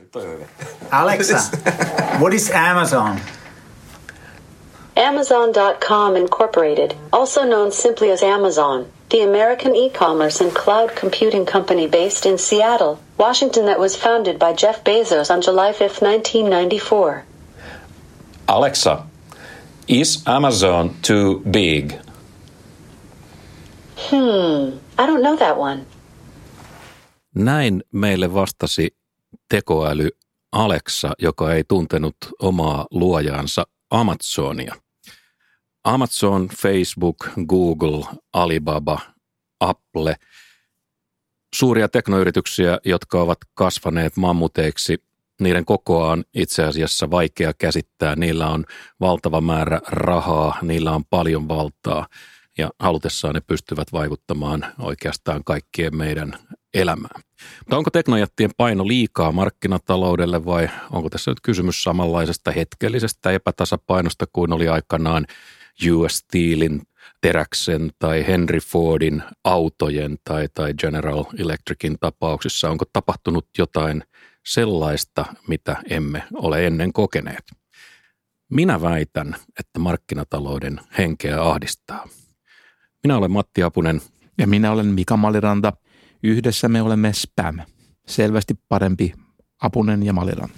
Alexa, what is Amazon? Amazon.com Incorporated, also known simply as Amazon, the American e-commerce and cloud computing company based in Seattle, Washington that was founded by Jeff Bezos on July 5th, 1994. Alexa, is Amazon too big? I don't know that one. Näin meille vastasi tekoäly Alexa, joka ei tuntenut omaa luojaansa Amazonia. Amazon, Facebook, Google, Alibaba, Apple, suuria teknoyrityksiä, jotka ovat kasvaneet mammuteiksi. Niiden kokoa on itse asiassa vaikea käsittää. Niillä on valtava määrä rahaa, niillä on paljon valtaa ja halutessaan ne pystyvät vaikuttamaan oikeastaan kaikkien meidän elämään. Mutta onko teknojättien paino liikaa markkinataloudelle vai onko tässä nyt kysymys samanlaisesta hetkellisestä epätasapainosta kuin oli aikanaan US Steelin, teräksen tai Henry Fordin autojen tai General Electricin tapauksissa? Onko tapahtunut jotain sellaista, mitä emme ole ennen kokeneet? Minä väitän, että markkinatalouden henkeä ahdistaa. Minä olen Matti Apunen. Ja minä olen Mika Maliranta. Yhdessä me olemme Spam. Selvästi parempi Apunen ja Maliranta.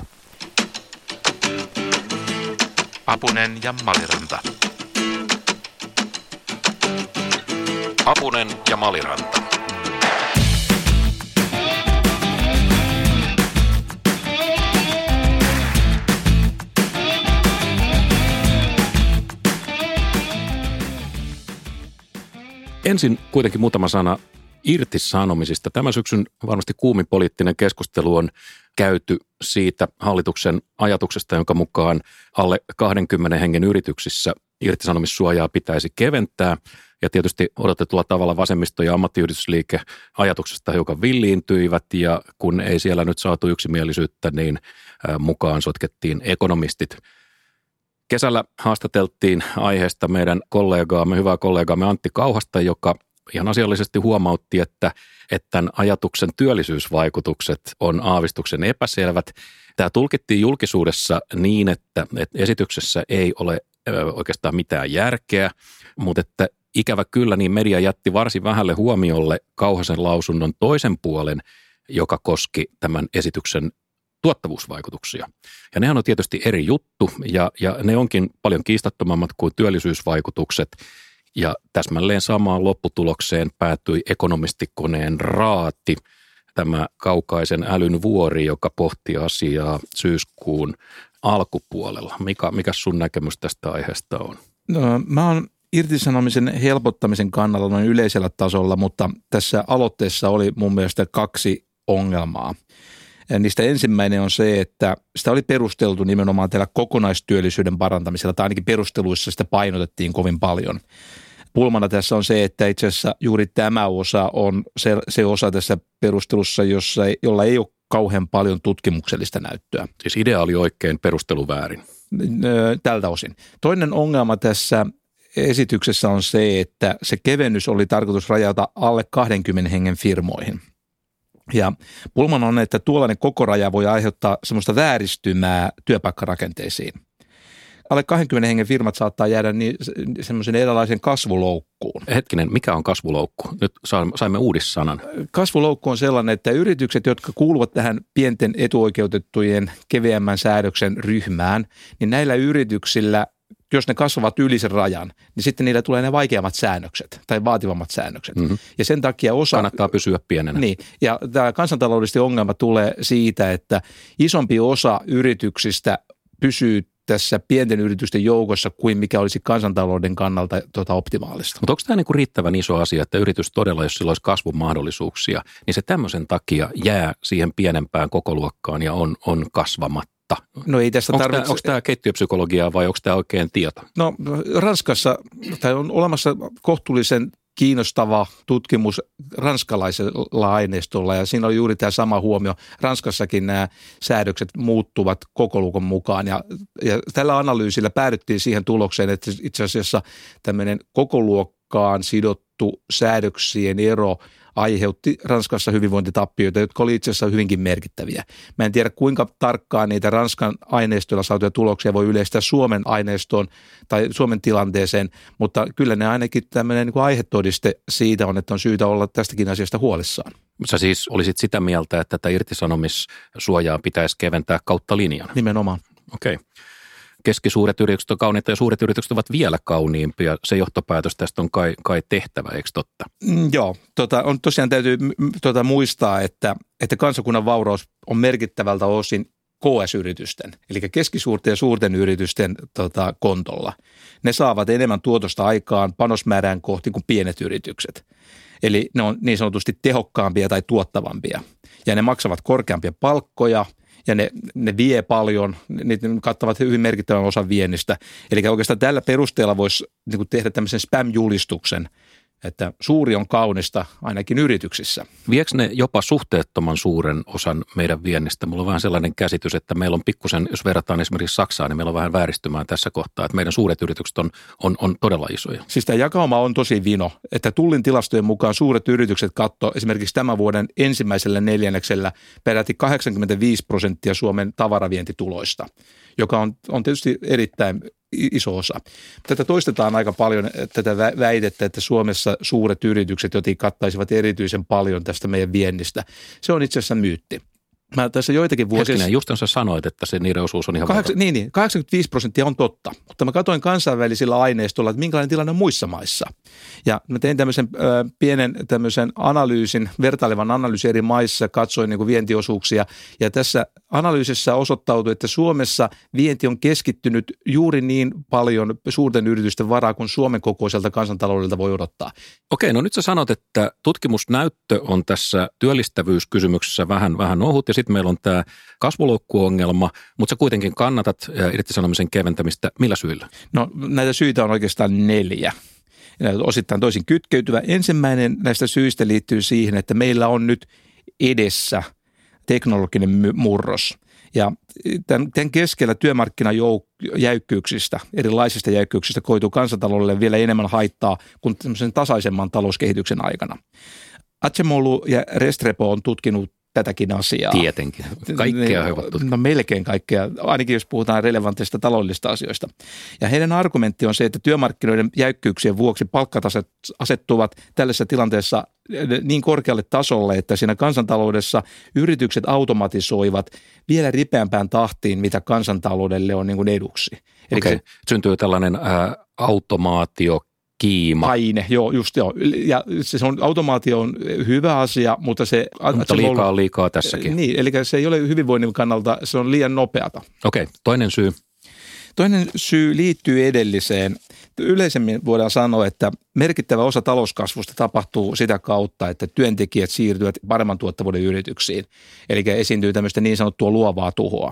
Apunen ja Maliranta. Apunen ja Maliranta. Ensin kuitenkin muutama sana irtisanomisista. Tämän syksyn varmasti kuumin poliittinen keskustelu on käyty siitä hallituksen ajatuksesta, jonka mukaan alle 20 hengen yrityksissä irtisanomissuojaa pitäisi keventää. Ja tietysti odotetulla tavalla vasemmisto- ja ammattiyhdistysliike ajatuksesta hiukan villiintyivät ja kun ei siellä nyt saatu yksimielisyyttä, niin mukaan sotkettiin ekonomistit. Kesällä haastateltiin aiheesta meidän hyvää kollegaamme Antti Kauhasta, joka ihan asiallisesti huomautti, että tämän ajatuksen työllisyysvaikutukset on aavistuksen epäselvät. Tämä tulkittiin julkisuudessa niin, että esityksessä ei ole oikeastaan mitään järkeä, mutta että ikävä kyllä niin media jätti varsin vähälle huomiolle Kauhasen lausunnon toisen puolen, joka koski tämän esityksen tuottavuusvaikutuksia. Ja nehän on tietysti eri juttu ja ne onkin paljon kiistattomammat kuin työllisyysvaikutukset. Ja täsmälleen samaan lopputulokseen päätyi ekonomistikoneen raati, tämä kaukaisen älyn vuori, joka pohti asiaa syyskuun alkupuolella. Mikä sun näkemys tästä aiheesta on? No, mä oon irtisanomisen helpottamisen kannalla noin yleisellä tasolla, mutta tässä aloitteessa oli mun mielestä 2 ongelmaa. Niistä ensimmäinen on se, että sitä oli perusteltu nimenomaan tällä kokonaistyöllisyyden parantamisella, tai ainakin perusteluissa sitä painotettiin kovin paljon. Pulmana tässä on se, että itse asiassa juuri tämä osa on se osa tässä perustelussa, jolla ei ole kauhean paljon tutkimuksellista näyttöä. Siis idea oli oikein, perustelu väärin. Tältä osin. Toinen ongelma tässä esityksessä on se, että se kevennys oli tarkoitus rajata alle 20 hengen firmoihin. Ja pulmana on, että tuollainen koko raja voi aiheuttaa semmoista vääristymää työpaikkarakenteisiin. Alle 20 hengen firmat saattaa jäädä semmoisen erilaisen kasvuloukkuun. Hetkinen, mikä on kasvuloukku? Nyt saimme uudissanan. Kasvuloukku on sellainen, että yritykset, jotka kuuluvat tähän pienten etuoikeutettujen keveämmän säädöksen ryhmään, niin näillä yrityksillä, jos ne kasvavat yli sen rajan, niin sitten niillä tulee ne vaikeammat säännökset tai vaativammat säännökset. Mm-hmm. Ja sen takia kannattaa pysyä pienenä. Niin, ja tämä kansantaloudellisesti ongelma tulee siitä, että isompi osa yrityksistä pysyy tässä pienten yritysten joukossa kuin mikä olisi kansantalouden kannalta optimaalista. Mutta onko tämä niinku riittävän iso asia, että yritys todella, jos sillä olisi kasvun mahdollisuuksia, niin se tämmöisen takia jää siihen pienempään kokoluokkaan ja on kasvamatta? No ei tästä tarvitse. Onko tämä keittiöpsykologiaa vai onko tämä oikein tieto? No Ranskassa on olemassa kohtuullisen kiinnostava tutkimus ranskalaisella aineistolla ja siinä oli juuri tämä sama huomio. Ranskassakin nämä säädökset muuttuvat kokoluokan mukaan ja tällä analyysillä päädyttiin siihen tulokseen, että itse asiassa tämmöinen kokoluokkaan sidottu säädöksien ero aiheutti Ranskassa hyvinvointitappioita, jotka oli itse asiassa hyvinkin merkittäviä. Mä en tiedä, kuinka tarkkaan niitä Ranskan aineistoilla saatuja tuloksia voi yleistää Suomen aineistoon tai Suomen tilanteeseen, mutta kyllä ne ainakin tämmöinen niin kuin aihetodiste siitä on, että on syytä olla tästäkin asiasta huolissaan. Sä siis olisit sitä mieltä, että tätä irtisanomissuojaa pitäisi keventää kautta linjan? Nimenomaan. Okei. Keskisuuret yritykset on kauniita ja suuret yritykset ovat vielä kauniimpia. Se johtopäätös tästä on kai tehtävä, eikö totta? Joo, on tosiaan täytyy muistaa, että kansakunnan vauraus on merkittävältä osin KS-yritysten, eli keskisuurten ja suurten yritysten kontolla. Ne saavat enemmän tuotosta aikaan panosmäärään kohti kuin pienet yritykset. Eli ne on niin sanotusti tehokkaampia tai tuottavampia ja ne maksavat korkeampia palkkoja ja ne vie paljon, ne kattavat hyvin merkittävän osan viennistä. Eli oikeastaan tällä perusteella voisi niin kuin tehdä tämmöisen spam-julistuksen, että suuri on kaunista ainakin yrityksissä. Viekö ne jopa suhteettoman suuren osan meidän viennistä? Mulla on vähän sellainen käsitys, että meillä on pikkusen, jos verrataan esimerkiksi Saksaan, niin meillä on vähän vääristymää tässä kohtaa, että meidän suuret yritykset on todella isoja. Siis tämä jakauma on tosi vino, että Tullin tilastojen mukaan suuret yritykset katsoo esimerkiksi tämän vuoden ensimmäisellä neljänneksellä peräti 85% Suomen tavaravientituloista, joka on tietysti erittäin iso osa. Tätä toistetaan aika paljon, tätä väitettä, että Suomessa suuret yritykset jotenkin kattaisivat erityisen paljon tästä meidän viennistä. Se on itse asiassa myytti. Mä tässä joitakin vuosia... Hetkinen, just sä sanoit, että se niiden osuus on ihan valtava. Niin, 85% on totta, mutta mä katsoin kansainvälisillä aineistolla, että minkälainen tilanne on muissa maissa. Ja mä tein tämmöisen pienen analyysin, vertailevan analyysin eri maissa, katsoin niin kuin vientiosuuksia. Ja tässä analyysissä osoittautui, että Suomessa vienti on keskittynyt juuri niin paljon suurten yritysten varaa, kuin Suomen kokoiselta kansantaloudelta voi odottaa. Okei, no nyt sä sanot, että tutkimusnäyttö on tässä työllistävyyskysymyksessä vähän ohut, ja sitten meillä on tämä kasvuloukkuongelma, mutta sä kuitenkin kannatat irtisanomisen keventämistä. Millä syillä? No näitä syitä on oikeastaan 4. Osittain toisin kytkeytyvä. Ensimmäinen näistä syistä liittyy siihen, että meillä on nyt edessä teknologinen murros. Ja tämän keskellä työmarkkinajäykkyyksistä, erilaisista jäykkyyksistä koituu kansantaloudelle vielä enemmän haittaa kuin tämmöisen tasaisemman talouskehityksen aikana. Acemoglu ja Restrepo on tutkinut tätäkin asiaa. Tietenkin. Kaikkea he ovat tutkineet. No melkein kaikkea, ainakin jos puhutaan relevantista taloudellisista asioista. Ja heidän argumentti on se, että työmarkkinoiden jäykkyyksien vuoksi palkkataset asettuvat tällaisessa tilanteessa niin korkealle tasolle, että siinä kansantaloudessa yritykset automatisoivat vielä ripeämpään tahtiin, mitä kansantaloudelle on niin kuin eduksi. Okei, syntyy tällainen automaatio. Kiima. Paine, joo. Ja se automaatio on hyvä asia, mutta se... Mutta liikaa tässäkin. Niin, eli se ei ole hyvinvoinnin kannalta, se on liian nopeata. Okei, toinen syy. Toinen syy liittyy edelliseen. Yleisemmin voidaan sanoa, että merkittävä osa talouskasvusta tapahtuu sitä kautta, että työntekijät siirtyvät paremman tuottavuuden yrityksiin. Eli esiintyy tämmöistä niin sanottua luovaa tuhoa.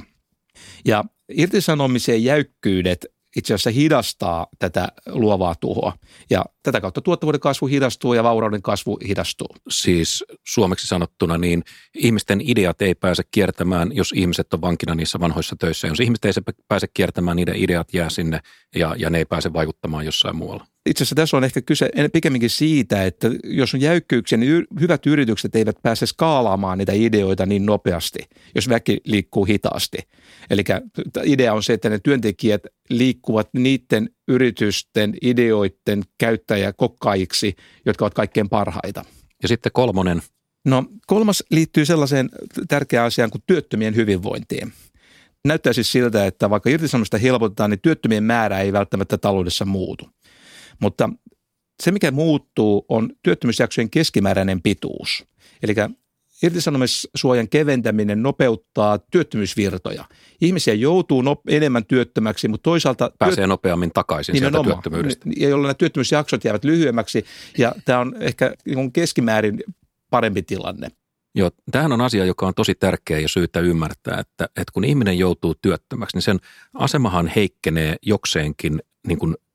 Ja irtisanomisen jäykkyydet itse asiassa hidastaa tätä luovaa tuhoa. Ja tätä kautta tuottavuuden kasvu hidastuu ja vaurauden kasvu hidastuu. Siis suomeksi sanottuna niin ihmisten ideat ei pääse kiertämään, jos ihmiset on vankina niissä vanhoissa töissä. Jos ihmiset ei pääse kiertämään, niiden ideat jää sinne ja ne ei pääse vaikuttamaan jossain muualla. Itse asiassa tässä on ehkä kyse pikemminkin siitä, että jos on jäykkyyksiä, niin hyvät yritykset eivät pääse skaalaamaan niitä ideoita niin nopeasti, jos väki liikkuu hitaasti. Eli idea on se, että ne työntekijät liikkuvat niiden yritysten ideoiden käyttäjäkokkaiksi, jotka ovat kaikkein parhaita. Ja sitten kolmonen. No kolmas liittyy sellaiseen tärkeään asiaan kuin työttömien hyvinvointiin. Näyttää siis siltä, että vaikka irtisanomista helpotetaan, niin työttömien määrä ei välttämättä taloudessa muutu. Mutta se, mikä muuttuu, on työttömyysjaksojen keskimääräinen pituus. Eli irtisanomissuojan keventäminen nopeuttaa työttömyysvirtoja. Ihmisiä joutuu enemmän työttömäksi, mutta toisaalta... Pääsee nopeammin takaisin sieltä työttömyydestä. Ja jolloin nämä työttömyysjaksot jäävät lyhyemmäksi, ja tämä on ehkä keskimäärin parempi tilanne. Joo, tämähän on asia, joka on tosi tärkeä ja syytä ymmärtää, että kun ihminen joutuu työttömäksi, niin sen asemahan heikkenee jokseenkin niin kuin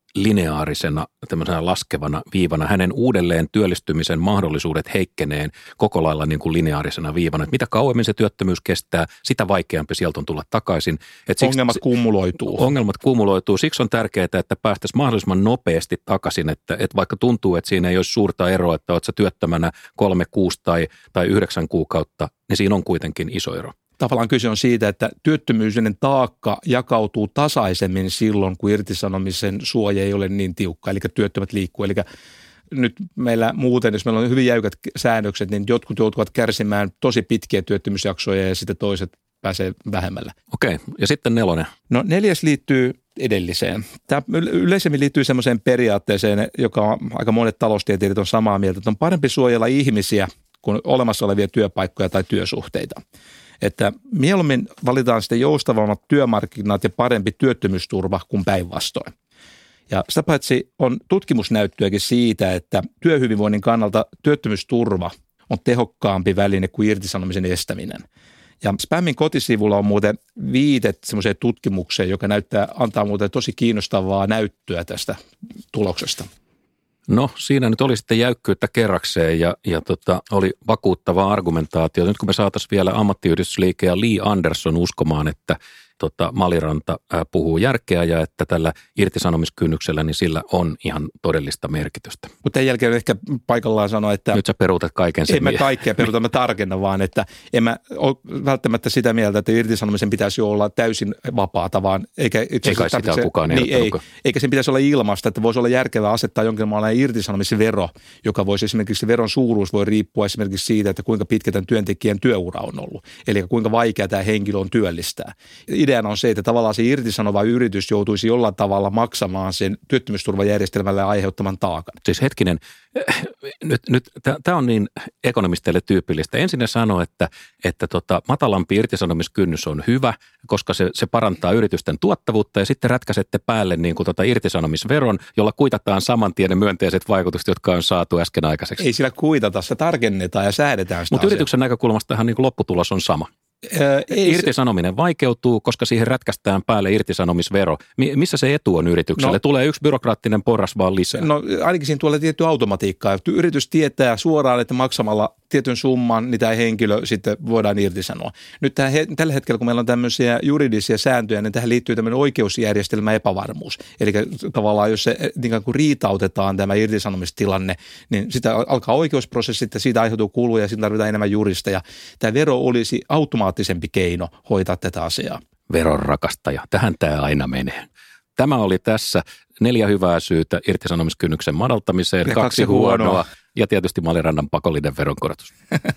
lineaarisena, tämmöisenä laskevana viivana. Hänen uudelleen työllistymisen mahdollisuudet heikkeneen koko lailla niin kuin lineaarisena viivana. Että mitä kauemmin se työttömyys kestää, sitä vaikeampi sieltä on tulla takaisin. Ongelmat kumuloituu. Ongelmat kumuloituu. Siksi on tärkeää, että päästäisiin mahdollisimman nopeasti takaisin, että vaikka tuntuu, että siinä ei olisi suurta eroa, että olet sä työttömänä 3, 6 tai 9 kuukautta, niin siinä on kuitenkin iso ero. Tavallaan kyse on siitä, että työttömyyden taakka jakautuu tasaisemmin silloin, kun irtisanomisen suoja ei ole niin tiukka, eli työttömät liikkuu. Eli nyt meillä muuten, jos meillä on hyvin jäykät säännökset, niin jotkut joutuvat kärsimään tosi pitkiä työttömyysjaksoja ja sitten toiset pääsee vähemmällä. Okei, ja sitten 4. No 4 liittyy edelliseen. Tämä yleisemmin liittyy semmoiseen periaatteeseen, joka aika monet taloustieteilijät on samaa mieltä, että on parempi suojella ihmisiä kuin olemassa olevia työpaikkoja tai työsuhteita. Että mieluummin valitaan sitten joustavammat työmarkkinat ja parempi työttömyysturva kuin päinvastoin. Ja sitä paitsi on tutkimusnäyttöäkin siitä, että työhyvinvoinnin kannalta työttömyysturva on tehokkaampi väline kuin irtisanomisen estäminen. Ja Spämmin kotisivulla on muuten viitet semmoiseen tutkimukseen, joka antaa muuten tosi kiinnostavaa näyttöä tästä tuloksesta. No siinä nyt oli sitten jäykkyyttä kerrakseen ja oli vakuuttavaa argumentaatio. Nyt kun me saataisiin vielä ammattiyhdistysliike ja Lee Anderson uskomaan, että Maliranta puhuu järkeä ja että tällä irtisanomiskynnyksellä, niin sillä on ihan todellista merkitystä. Mutta tämän jälkeen on ehkä paikallaan sanoa, että nyt sä peruutat kaiken sen. En mä kaikkea peruta, mä tarkennan vaan, että en mä ole välttämättä sitä mieltä, että irtisanomisen pitäisi olla täysin vapaata, vaan eikä itse asiassa sitä ole kukaan ehdottanutkaan. Eikä sen pitäisi olla ilmasta, että voisi olla järkevää asettaa jonkinlainen irtisanomisvero, joka voisi esimerkiksi veron suuruus voi riippua esimerkiksi siitä, että kuinka pitkä tämän työntekijän työura on ollut, eli kuinka vaikea tämä henkilö on työllistää. Ideana on se, että tavallaan se irtisanova yritys joutuisi jollain tavalla maksamaan sen työttömyysturvajärjestelmälle aiheuttaman taakan. Siis hetkinen, nyt tämä on niin ekonomisteille tyypillistä. Ensin ne sanoo, että matalampi irtisanomiskynnys on hyvä, koska se parantaa yritysten tuottavuutta ja sitten rätkäsette päälle niin kuin irtisanomisveron, jolla kuitataan saman tien ne myönteiset vaikutukset, jotka on saatu äsken aikaiseksi. Ei sillä kuitata, se tarkennetaan ja säädetään sitä. Mutta yrityksen näkökulmasta ihan niin kuin lopputulos on sama. Irtisanominen vaikeutuu, koska siihen rätkästään päälle irtisanomisvero. Missä se etu on yritykselle? No, tulee yksi byrokraattinen porras vaan lisää. No ainakin siinä tulee tietty automatiikkaa. Yritys tietää suoraan, että maksamalla tietyn summan, niin tämä henkilö sitten voidaan irtisanoa. Nyt tällä hetkellä, kun meillä on tämmöisiä juridisia sääntöjä, niin tähän liittyy tämmöinen oikeusjärjestelmä epävarmuus. Eli tavallaan, jos se niin kuin riitautetaan tämä irtisanomistilanne, niin sitä alkaa oikeusprosessit ja siitä aiheutuu kuluja ja siitä tarvitaan enemmän juristeja. Tämä vero olisi automaattisempi keino hoitaa tätä asiaa. Veron rakastaja, tähän tämä aina menee. Tämä oli tässä 4 hyvää syytä irtisanomiskynnyksen madaltamiseen, 2 huonoa ja tietysti Malirannan pakollinen veronkorotus.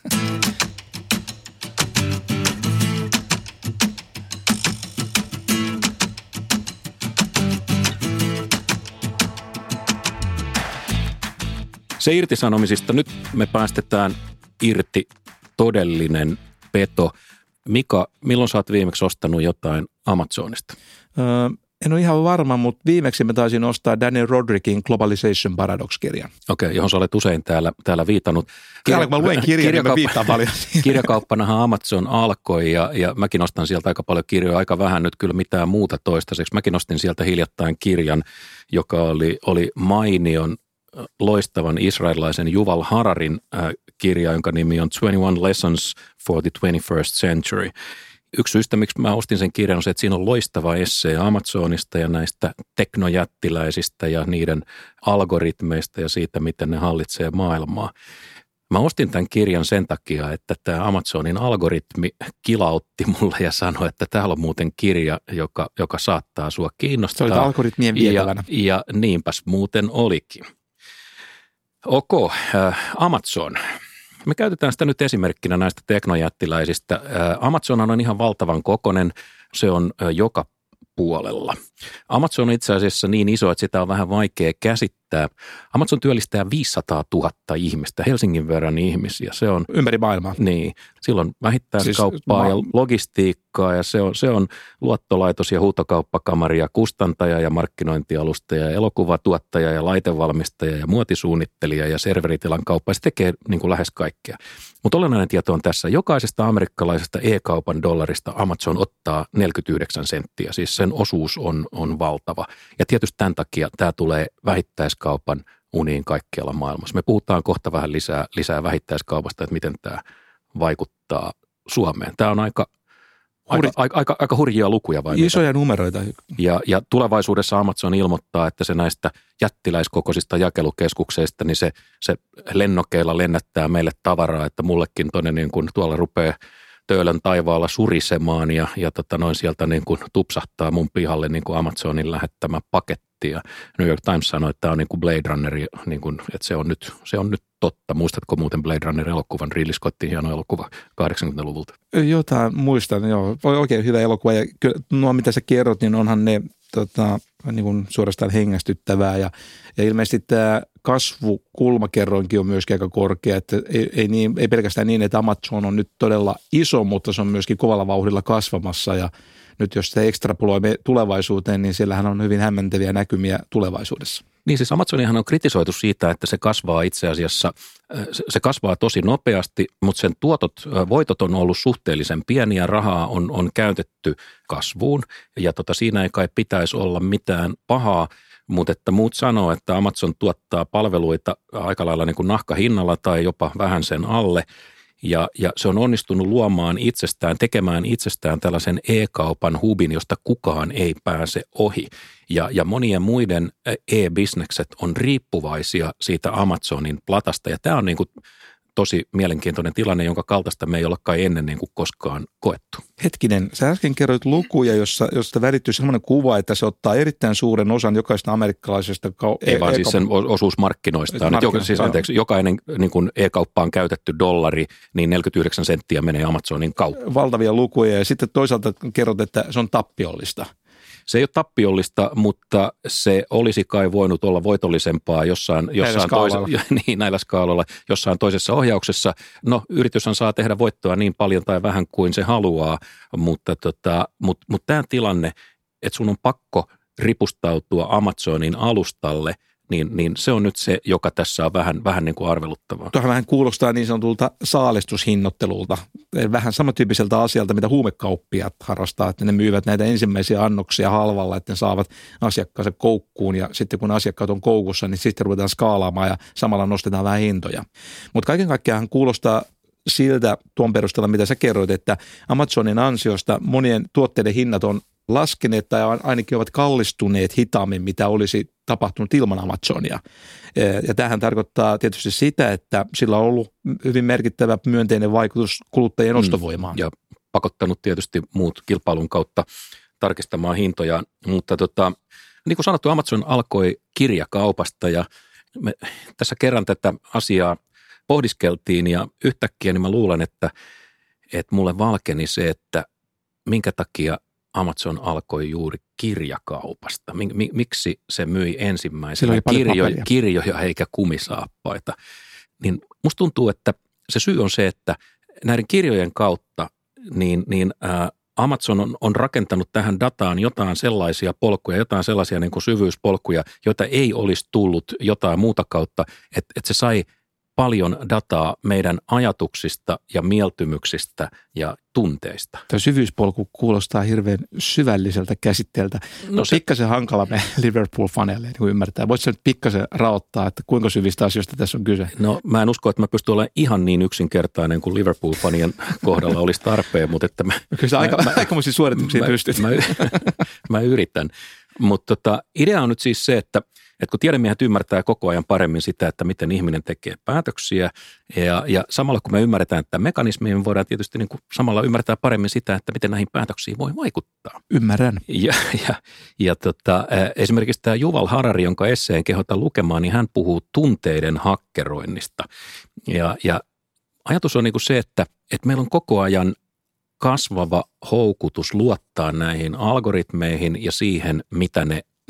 Se irtisanomisista, nyt me päästetään irti todellinen peto. Mika, milloin sä oot viimeksi ostanut jotain Amazonista? En ole ihan varma, mutta viimeksi mä taisin ostaa Daniel Rodrickin Globalization Paradox-kirjan. Okei, johon sä olet usein täällä viitannut. Mä luen kirjan, niin mä viittaan paljon. Kirjakauppanahan Amazon alkoi ja mäkin ostan sieltä aika paljon kirjoja, aika vähän nyt kyllä mitään muuta toistaiseksi. Mäkin ostin sieltä hiljattain kirjan, joka oli mainion loistavan israelilaisen Yuval Hararin kirja, jonka nimi on 21 Lessons for the 21st Century. Yksi syystä, miksi mä ostin sen kirjan, on se, että siinä on loistava essee Amazonista ja näistä teknojättiläisistä ja niiden algoritmeista ja siitä, miten ne hallitsee maailmaa. Mä ostin tämän kirjan sen takia, että tämä Amazonin algoritmi kilautti mulle ja sanoi, että täällä on muuten kirja, joka saattaa sua kiinnostaa. Se oli algoritmien vietävänä. Ja niinpäs muuten olikin. Amazon. Me käytetään sitä nyt esimerkkinä näistä teknojättiläisistä. Amazon on ihan valtavan kokoinen, se on joka puolella. Amazon on itse asiassa niin iso, että sitä on vähän vaikea käsittää että Amazon työllistää 500 000 ihmistä, Helsingin verran ihmisiä. Se on ympäri maailmaa. Niin, silloin vähittäiskauppaa ja logistiikkaa ja se on luottolaitos ja huutokauppakamari ja kustantaja ja markkinointialustaja ja elokuvatuottaja ja laitevalmistaja ja muotisuunnittelija ja serveritilan kauppa. Se tekee niin kuin lähes kaikkea. Mutta olennainen tieto on tässä. Jokaisesta amerikkalaisesta e-kaupan dollarista Amazon ottaa 49 senttiä. Siis sen osuus on valtava. Ja tietysti tämän takia tämä tulee vähittäiskaupan uniin kaikkialla maailmassa. Me puhutaan kohta vähän lisää vähittäiskaupasta, että miten tämä vaikuttaa Suomeen. Tämä on aika hurjia lukuja vai isoja mitä? Numeroita. Ja tulevaisuudessa Amazon ilmoittaa, että se näistä jättiläiskokoisista jakelukeskuksista, niin se lennokeilla lennättää meille tavaraa, että mullekin tuonne niin kuin tuolla rupeaa Töölön taivaalla surisemaan ja sieltä niin kuin tupsahtaa mun pihalle niin kuin Amazonin lähettämä paketti. Ja New York Times sanoi, että tämä on niin kuin Blade Runner, niin kuin, että se on nyt totta. Muistatko muuten Blade Runner-elokuvan? Ridley Scottin hieno elokuva 80-luvulta. Jotain muistan, joo. Oikein hyvä elokuva ja kyllä nuo mitä sä kerrot, niin onhan ne niin kuin suorastaan hengästyttävää ja ilmeisesti tämä kasvukulmakerroinkin on myöskin aika korkea, että ei pelkästään niin, että Amazon on nyt todella iso, mutta se on myöskin kovalla vauhdilla kasvamassa ja nyt jos se ekstrapoloi tulevaisuuteen, niin siellähän on hyvin hämmentäviä näkymiä tulevaisuudessa. Niin siis Amazonihan on kritisoitu siitä, että se kasvaa itse asiassa, se kasvaa tosi nopeasti, mutta sen voitot on ollut suhteellisen pieniä, rahaa on käytetty kasvuun ja siinä ei kai pitäisi olla mitään pahaa, mutta että muut sanoo, että Amazon tuottaa palveluita aika lailla niin kuin nahkahinnalla tai jopa vähän sen alle. Ja se on onnistunut tekemään itsestään tällaisen e-kaupan hubin, josta kukaan ei pääse ohi. Ja monien muiden e-bisnekset on riippuvaisia siitä Amazonin platasta. Ja tämä on niin kuin tosi mielenkiintoinen tilanne, jonka kaltaista me ei olla kai ennen niin kuin koskaan koettu. Hetkinen, sä äsken kerroit lukuja, josta välittyy sellainen kuva, että se ottaa erittäin suuren osan jokaisesta amerikkalaisesta ei vaan siis sen osuus markkinoistaan. Jokainen niin kuin e-kauppaan käytetty dollari, niin 49 senttiä menee Amazonin kautta. Valtavia lukuja ja sitten toisaalta kerrot, että se on tappiollista. Se ei ole tappiollista, mutta se olisi kai voinut olla voitollisempaa näillä skaaloilla, jossain toisessa ohjauksessa. No, yrityshän saa tehdä voittoa niin paljon tai vähän kuin se haluaa, mutta tämä tilanne, että sun on pakko ripustautua Amazonin alustalle, niin se on nyt se, joka tässä on vähän niin kuin arveluttavaa. Tuohan vähän kuulostaa niin sanotulta saalistushinnottelulta. Vähän samantyyppiseltä asialta, mitä huumekauppiat harrastaa, että ne myyvät näitä ensimmäisiä annoksia halvalla, että ne saavat asiakkaansa koukkuun ja sitten kun asiakkaat on koukussa, niin sitten ruvetaan skaalaamaan ja samalla nostetaan vähän hintoja. Mutta kaiken kaikkiaan kuulostaa siltä tuon perusteella, mitä sä kerroit, että Amazonin ansiosta monien tuotteiden hinnat on laskeneet tai ainakin ovat kallistuneet hitaammin, mitä olisi tapahtunut ilman Amazonia. Ja tämähän tarkoittaa tietysti sitä, että sillä on ollut hyvin merkittävä myönteinen vaikutus kuluttajien ostovoimaan. Ja pakottanut tietysti muut kilpailun kautta tarkistamaan hintoja, mutta niin kuin sanottu, Amazon alkoi kirjakaupasta ja me tässä kerran tätä asiaa pohdiskeltiin ja yhtäkkiä niin mä luulen, että mulle valkeni se, että minkä takia Amazon alkoi juuri kirjakaupasta. Miksi se myi ensimmäisenä kirjoja eikä kumisaappaita? Niin musta tuntuu, että se syy on se, että näiden kirjojen kautta Amazon on rakentanut tähän dataan jotain sellaisia polkuja, jotain sellaisia niin kuin syvyyspolkuja, joita ei olisi tullut jotain muuta kautta, että se sai paljon dataa meidän ajatuksista ja mieltymyksistä ja tunteista. Tuo syvyyspolku kuulostaa hirveän syvälliseltä käsitteeltä. No pikkasen hankala me Liverpool-faneille niin ymmärtää. Voitko nyt pikkasen raottaa, että kuinka syvistä asioista tässä on kyse? No mä en usko, että mä pystyn olemaan ihan niin yksinkertainen kuin Liverpool-fanien kohdalla olisi tarpeen, mutta että kyllä aikamoisia suorituksia pystyt. Mä yritän. Mutta idea on nyt siis se, että kun tiedemiehet ymmärtää koko ajan paremmin sitä, että miten ihminen tekee päätöksiä ja samalla kun me ymmärretään että mekanismiin, me voidaan tietysti niin kuin samalla ymmärtää paremmin sitä, että miten näihin päätöksiin voi vaikuttaa. Ymmärrän. Ja esimerkiksi tämä Yuval Harari, jonka esseen kehotan lukemaan, niin hän puhuu tunteiden hakkeroinnista. Ja ajatus on niin kuin se, että meillä on koko ajan kasvava houkutus luottaa näihin algoritmeihin ja siihen, mitä ne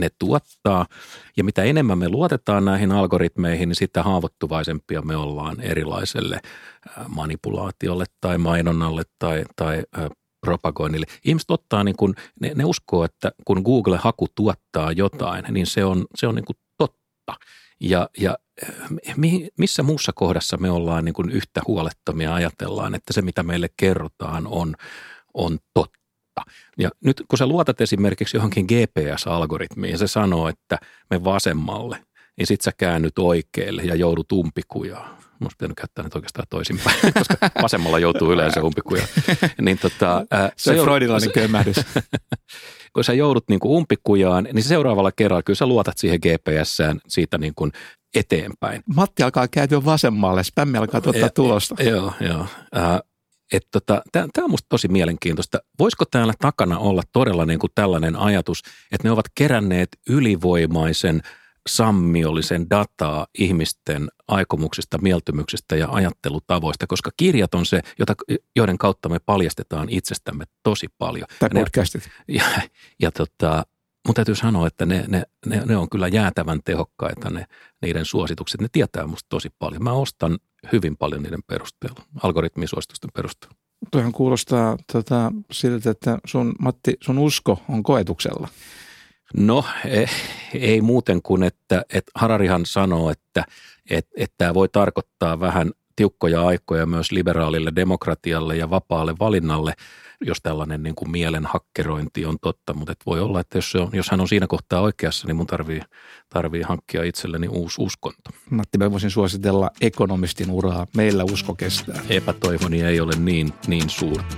ne tuottaa. Ja mitä enemmän me luotetaan näihin algoritmeihin, niin sitä haavoittuvaisempia me ollaan erilaiselle manipulaatiolle tai mainonnalle tai propagoinnille. Ihmiset ottaa, niin kun, ne uskoo, että kun Google-haku tuottaa jotain, niin se on niin kuin totta. Ja missä muussa kohdassa me ollaan niin kuin yhtä huolettomia, ajatellaan, että se mitä meille kerrotaan on totta. Ja nyt kun sä luotat esimerkiksi johonkin GPS-algoritmiin ja se sanoo, että me vasemmalle, niin sit sä käännyt oikealle ja joudut umpikujaan. Musta pitänyt käyttää nyt oikeastaan toisinpäin, koska vasemmalla joutuu yleensä umpikujaan. Niin se on freudilainen kömmähdys. Kun sä joudut niin kuin umpikujaan, niin seuraavalla kerralla kyllä sä luotat siihen GPSään siitä niin kuin eteenpäin. Matti alkaa kääntyä vasemmalle, spämmi alkaa tuottaa tulosta. Joo. Tämä on musta tosi mielenkiintoista. Voisiko täällä takana olla todella niin kuin tällainen ajatus, että ne ovat keränneet ylivoimaisen sammiollisen dataa ihmisten aikomuksista, mieltymyksistä ja ajattelutavoista, koska kirjat on se, joiden kautta me paljastetaan itsestämme tosi paljon. Tai podcastit. Mun täytyy sanoa, että ne on kyllä jäätävän tehokkaita niiden suositukset. Ne tietää musta tosi paljon. Mä ostan hyvin paljon niiden perusteella, algoritmisuositusten perusteella. Tuohan kuulostaa siltä, että Matti, sun usko on koetuksella. No ei muuten kuin, että Hararihan sanoo, että tämä voi tarkoittaa vähän tiukkoja aikoja myös liberaalille demokratialle ja vapaalle valinnalle, jos tällainen niin kuin mielen hakkerointi on totta, mutta voi olla, että jos hän on siinä kohtaa oikeassa, niin mun tarvii hankkia itselleni uusi uskonto. Matti, mä voisin suositella ekonomistin uraa. Meillä usko kestää. Epätoivoni ei ole niin suurta.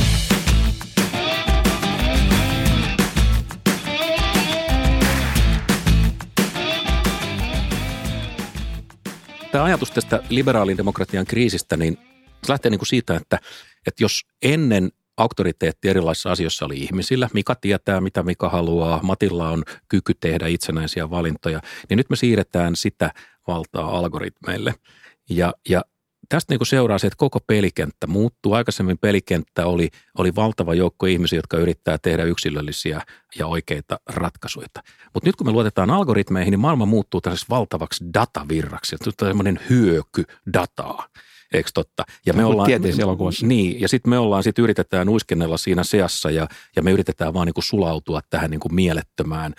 Tämä ajatus tästä liberaalin demokratian kriisistä, niin se lähtee niin kuin siitä, että jos ennen auktoriteetti erilaisissa asioissa oli ihmisillä, Mika tietää, mitä Mika haluaa, Matilla on kyky tehdä itsenäisiä valintoja, niin nyt me siirretään sitä valtaa algoritmeille. Ja tästä niin kuin seuraa se, että koko pelikenttä muuttuu. Aikaisemmin pelikenttä oli valtava joukko ihmisiä, jotka yrittää tehdä yksilöllisiä ja oikeita ratkaisuja. Mutta nyt kun me luotetaan algoritmeihin, niin maailma muuttuu tällaisessa valtavaksi datavirraksi. Se on semmoinen hyöky dataa. Eikö totta? Ja me ollaan niin, ja sitten me yritetään uiskennella siinä seassa ja me yritetään vaan niin kuin sulautua tähän niin kuin mielettömään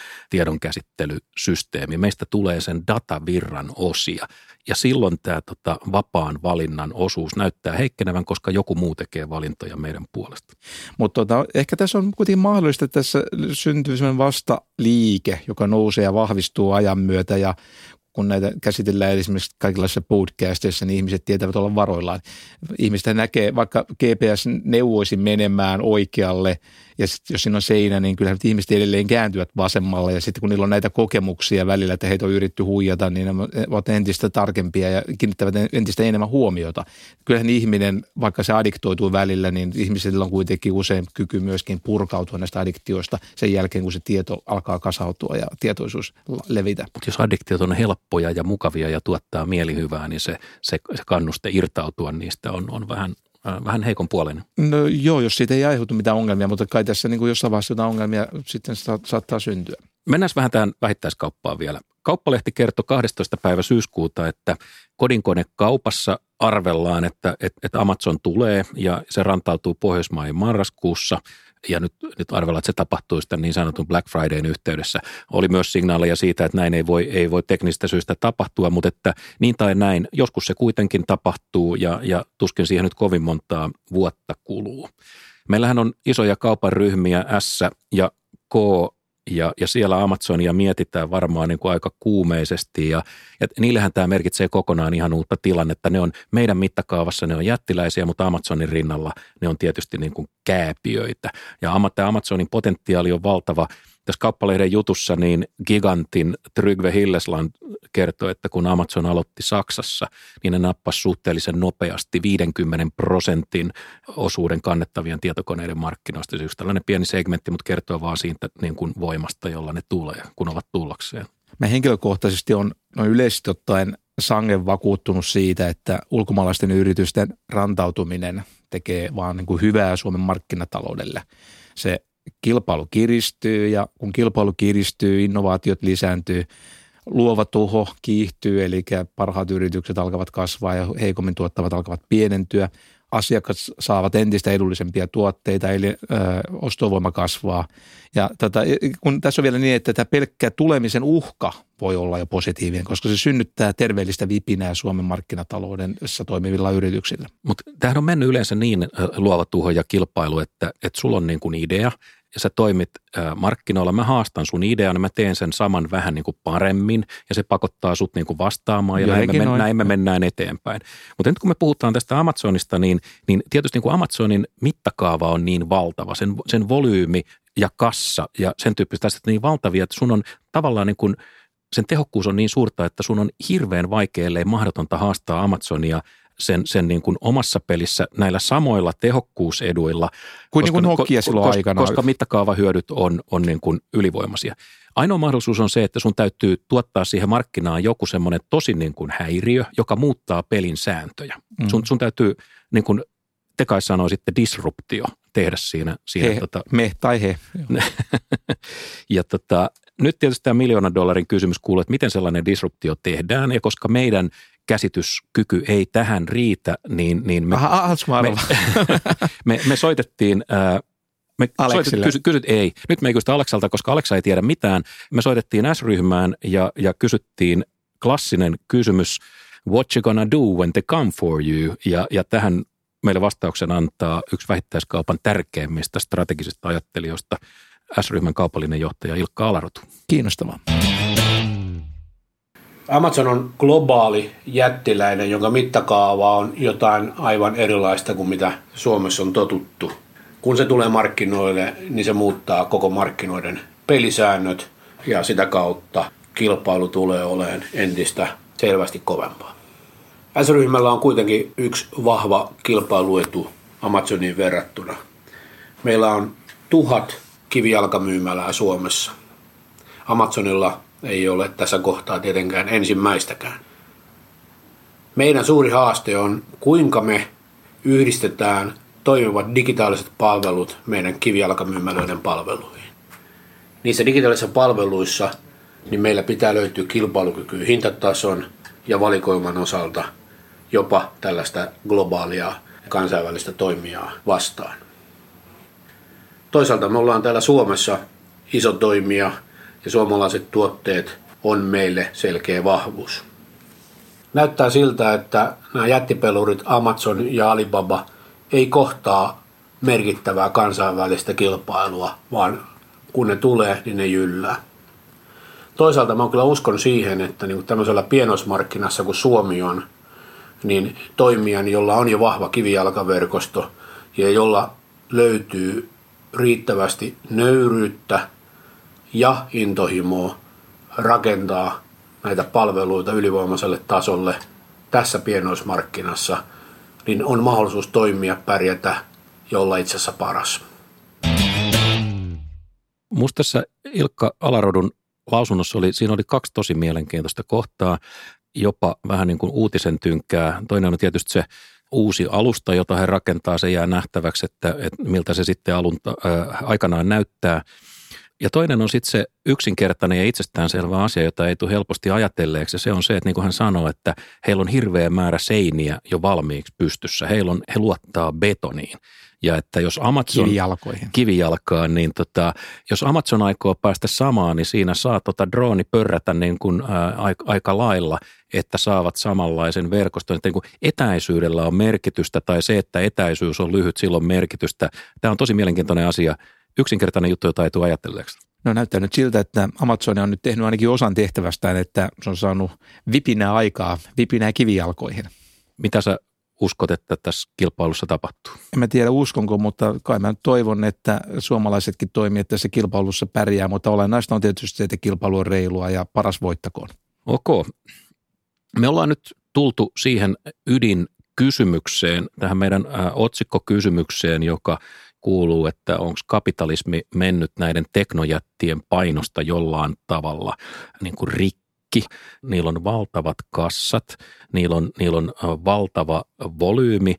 tiedonkäsittelysysteemiin. Meistä tulee sen datavirran osia. Ja silloin tämä vapaan valinnan osuus näyttää heikkenevän, koska joku muu tekee valintoja meidän puolesta. Mutta ehkä tässä on kuitenkin mahdollista, että tässä syntyy sellainen vastaliike, joka nousee ja vahvistuu ajan myötä ja kun näitä käsitellään esimerkiksi kaikenlaisissa podcasteissa, niin ihmiset tietävät olla varoillaan. Ihmistä näkee, vaikka GPS neuvoisi menemään oikealle, ja jos siinä on seinä, niin kyllähän ihmiset edelleen kääntyvät vasemmalle, ja sitten kun niillä on näitä kokemuksia välillä, että heitä on yritetty huijata, niin ne ovat entistä tarkempia ja kiinnittävät entistä enemmän huomiota. Kyllähän ihminen, vaikka se addiktoituu välillä, niin ihmisillä on kuitenkin usein kyky myöskin purkautua näistä addiktioista sen jälkeen, kun se tieto alkaa kasautua ja tietoisuus levitä. Mutta jos addiktiot on helppoja ja mukavia ja tuottaa mielihyvää, niin se kannuste irtautua niistä on vähän heikon puoleinen. No joo, jos siitä ei aiheutu mitään ongelmia, mutta kai tässä niin kuin jossain vaiheessa jotain ongelmia sitten saattaa syntyä. Mennään vähän tähän vähittäiskauppaan vielä. Kauppalehti kertoi 12. päivä syyskuuta, että kodinkonekaupassa arvellaan, että Amazon tulee ja se rantautuu Pohjoismaihin marraskuussa. Ja nyt arvellaan, että se tapahtuu sitten niin sanotun Black Fridayn yhteydessä. Oli myös signaaleja siitä, että näin ei voi teknisistä syistä tapahtua, mutta että niin tai näin, joskus se kuitenkin tapahtuu ja tuskin siihen nyt kovin montaa vuotta kuluu. Meillähän on isoja kaupan ryhmiä S ja K ja siellä Amazonia mietitään varmaan niin kuin aika kuumeisesti ja niillähän tämä merkitsee kokonaan ihan uutta tilannetta. Ne on meidän mittakaavassa, ne on jättiläisiä, mutta Amazonin rinnalla ne on tietysti niin kuin kääpiöitä. Ja tämä Amazonin potentiaali on valtava. Tässä Kauppalehden jutussa niin gigantin Trygve Hillesland kertoi, että kun Amazon aloitti Saksassa, niin ne nappasi suhteellisen nopeasti 50% osuuden kannettavien tietokoneiden markkinoista. Se on tällainen pieni segmentti, mutta kertoo vaan siitä niin kuin voimasta, jolla ne tulee, kun ovat tullakseen. Mä henkilökohtaisesti on yleisesti ottaen sangen vakuuttunut siitä, että ulkomaalaisten yritysten rantautuminen tekee vaan niin kuin hyvää Suomen markkinataloudelle. Se kilpailu kiristyy ja kun kilpailu kiristyy, innovaatiot lisääntyy, luova tuho kiihtyy, eli parhaat yritykset alkavat kasvaa ja heikommin tuottavat alkavat pienentyä. Asiakkaat saavat entistä edullisempia tuotteita, eli ostovoima kasvaa. Ja kun tässä on vielä niin, että tämä pelkkä tulemisen uhka voi olla jo positiivinen, koska se synnyttää terveellistä vipinää Suomen markkinataloudessa toimivilla yrityksillä. Mutta tämähän on mennyt yleensä niin luova tuho ja kilpailu, että sulla on niin kuin idea ja sä toimit markkinoilla, mä haastan sun idean ja mä teen sen saman vähän niin kuin paremmin ja se pakottaa sut niin kuin vastaamaan ja näin me mennään eteenpäin. Mutta nyt kun me puhutaan tästä Amazonista, niin tietysti niin kuin Amazonin mittakaava on niin valtava, sen volyymi ja kassa ja sen tyyppistä asiat niin valtavia, että sun on tavallaan niin kuin sen tehokkuus on niin suurta, että sun on hirveän vaikea, ellei mahdotonta haastaa Amazonia sen niin kuin omassa pelissä näillä samoilla tehokkuuseduilla. Kuin niin kuin Nokia silloin aikanaan. Koska mittakaavahyödyt on niin kuin ylivoimaisia. Ainoa mahdollisuus on se, että sun täytyy tuottaa siihen markkinaan joku semmoinen tosi niin kuin häiriö, joka muuttaa pelin sääntöjä. Sun täytyy, niin kuin te kai sanoisitte, disruptio tehdä siinä. Me tai he. Ja nyt tietysti tämä $1 000 000 kysymys kuuluu, että miten sellainen disruptio tehdään, ja koska meidän käsityskyky ei tähän riitä, niin me soitettiin, ei. Nyt me ei kysytä Aleksalta, koska Aleksa ei tiedä mitään. Me soitettiin S-ryhmään ja kysyttiin klassinen kysymys, what you gonna do when they come for you? Ja tähän meille vastauksen antaa yksi vähittäiskaupan tärkeimmistä strategisista ajattelijoista, S-ryhmän kaupallinen johtaja Ilkka Alarotu. Kiinnostavaa. Amazon on globaali jättiläinen, jonka mittakaava on jotain aivan erilaista kuin mitä Suomessa on totuttu. Kun se tulee markkinoille, niin se muuttaa koko markkinoiden pelisäännöt ja sitä kautta kilpailu tulee olemaan entistä selvästi kovempaa. S-ryhmällä on kuitenkin yksi vahva kilpailuetu Amazoniin verrattuna. Meillä on 1000 kivijalkamyymälää Suomessa. Amazonilla ei ole tässä kohtaa tietenkään ensimmäistäkään. Meidän suuri haaste on, kuinka me yhdistetään toimivat digitaaliset palvelut meidän kivijalkamyymälöiden palveluihin. Niissä digitaalisissa palveluissa niin meillä pitää löytyä kilpailukykyä hintatason ja valikoiman osalta jopa tällaista globaalia kansainvälistä toimijaa vastaan. Toisaalta me ollaan täällä Suomessa iso toimija ja suomalaiset tuotteet on meille selkeä vahvuus. Näyttää siltä, että nämä jättipelurit Amazon ja Alibaba ei kohtaa merkittävää kansainvälistä kilpailua, vaan kun ne tulee, niin ne jyllää. Toisaalta mä kyllä uskon siihen, että niin tämmöisellä pienoismarkkinassa kuin Suomi on, niin toimijan, jolla on jo vahva kivijalkaverkosto ja jolla löytyy riittävästi nöyryyttä ja intohimoa rakentaa näitä palveluita ylivoimaiselle tasolle tässä pienoismarkkinassa, niin on mahdollisuus toimia, pärjätä ja olla itse asiassa paras. Musta tässä Ilkka Alarodun lausunnossa siinä oli 2 tosi mielenkiintoista kohtaa, jopa vähän niin kuin uutisen tynkkää. Toinen on tietysti se uusi alusta, jota he rakentaa, se jää nähtäväksi, että miltä se sitten aikanaan näyttää. Ja toinen on sitten se yksinkertainen ja itsestäänselvä asia, jota ei tule helposti ajatelleeksi. Ja se on se, että niin kuin hän sanoo, että heillä on hirveä määrä seiniä jo valmiiksi pystyssä. He luottaa betoniin. Ja että jos Amazon kivijalkaan, niin jos Amazon aikoo päästä samaan, niin siinä saa drooni pörrätä niin kuin aika lailla, että saavat samanlaisen verkoston. Että niin kuin etäisyydellä on merkitystä tai se, että etäisyys on lyhyt, silloin merkitystä. Tämä on tosi mielenkiintoinen asia. Yksinkertainen juttu, jota ei tule ajatelleeksi. No näyttää nyt siltä, että Amazon on nyt tehnyt ainakin osan tehtävästään, että se on saanut vipinää kivijalkoihin. Mitä sä uskot, että tässä kilpailussa tapahtuu? En mä tiedä uskonko, mutta kai mä nyt toivon, että suomalaisetkin toimijat tässä kilpailussa pärjää, mutta olennaista on tietysti se, että kilpailu on reilua ja paras voittakoon. Ok. Me ollaan nyt tultu siihen ydinkysymykseen, tähän meidän otsikkokysymykseen, joka kuuluu, että onko kapitalismi mennyt näiden teknojättien painosta jollain tavalla niin kuin rikki. Niillä on valtavat kassat, niillä on valtava volyymi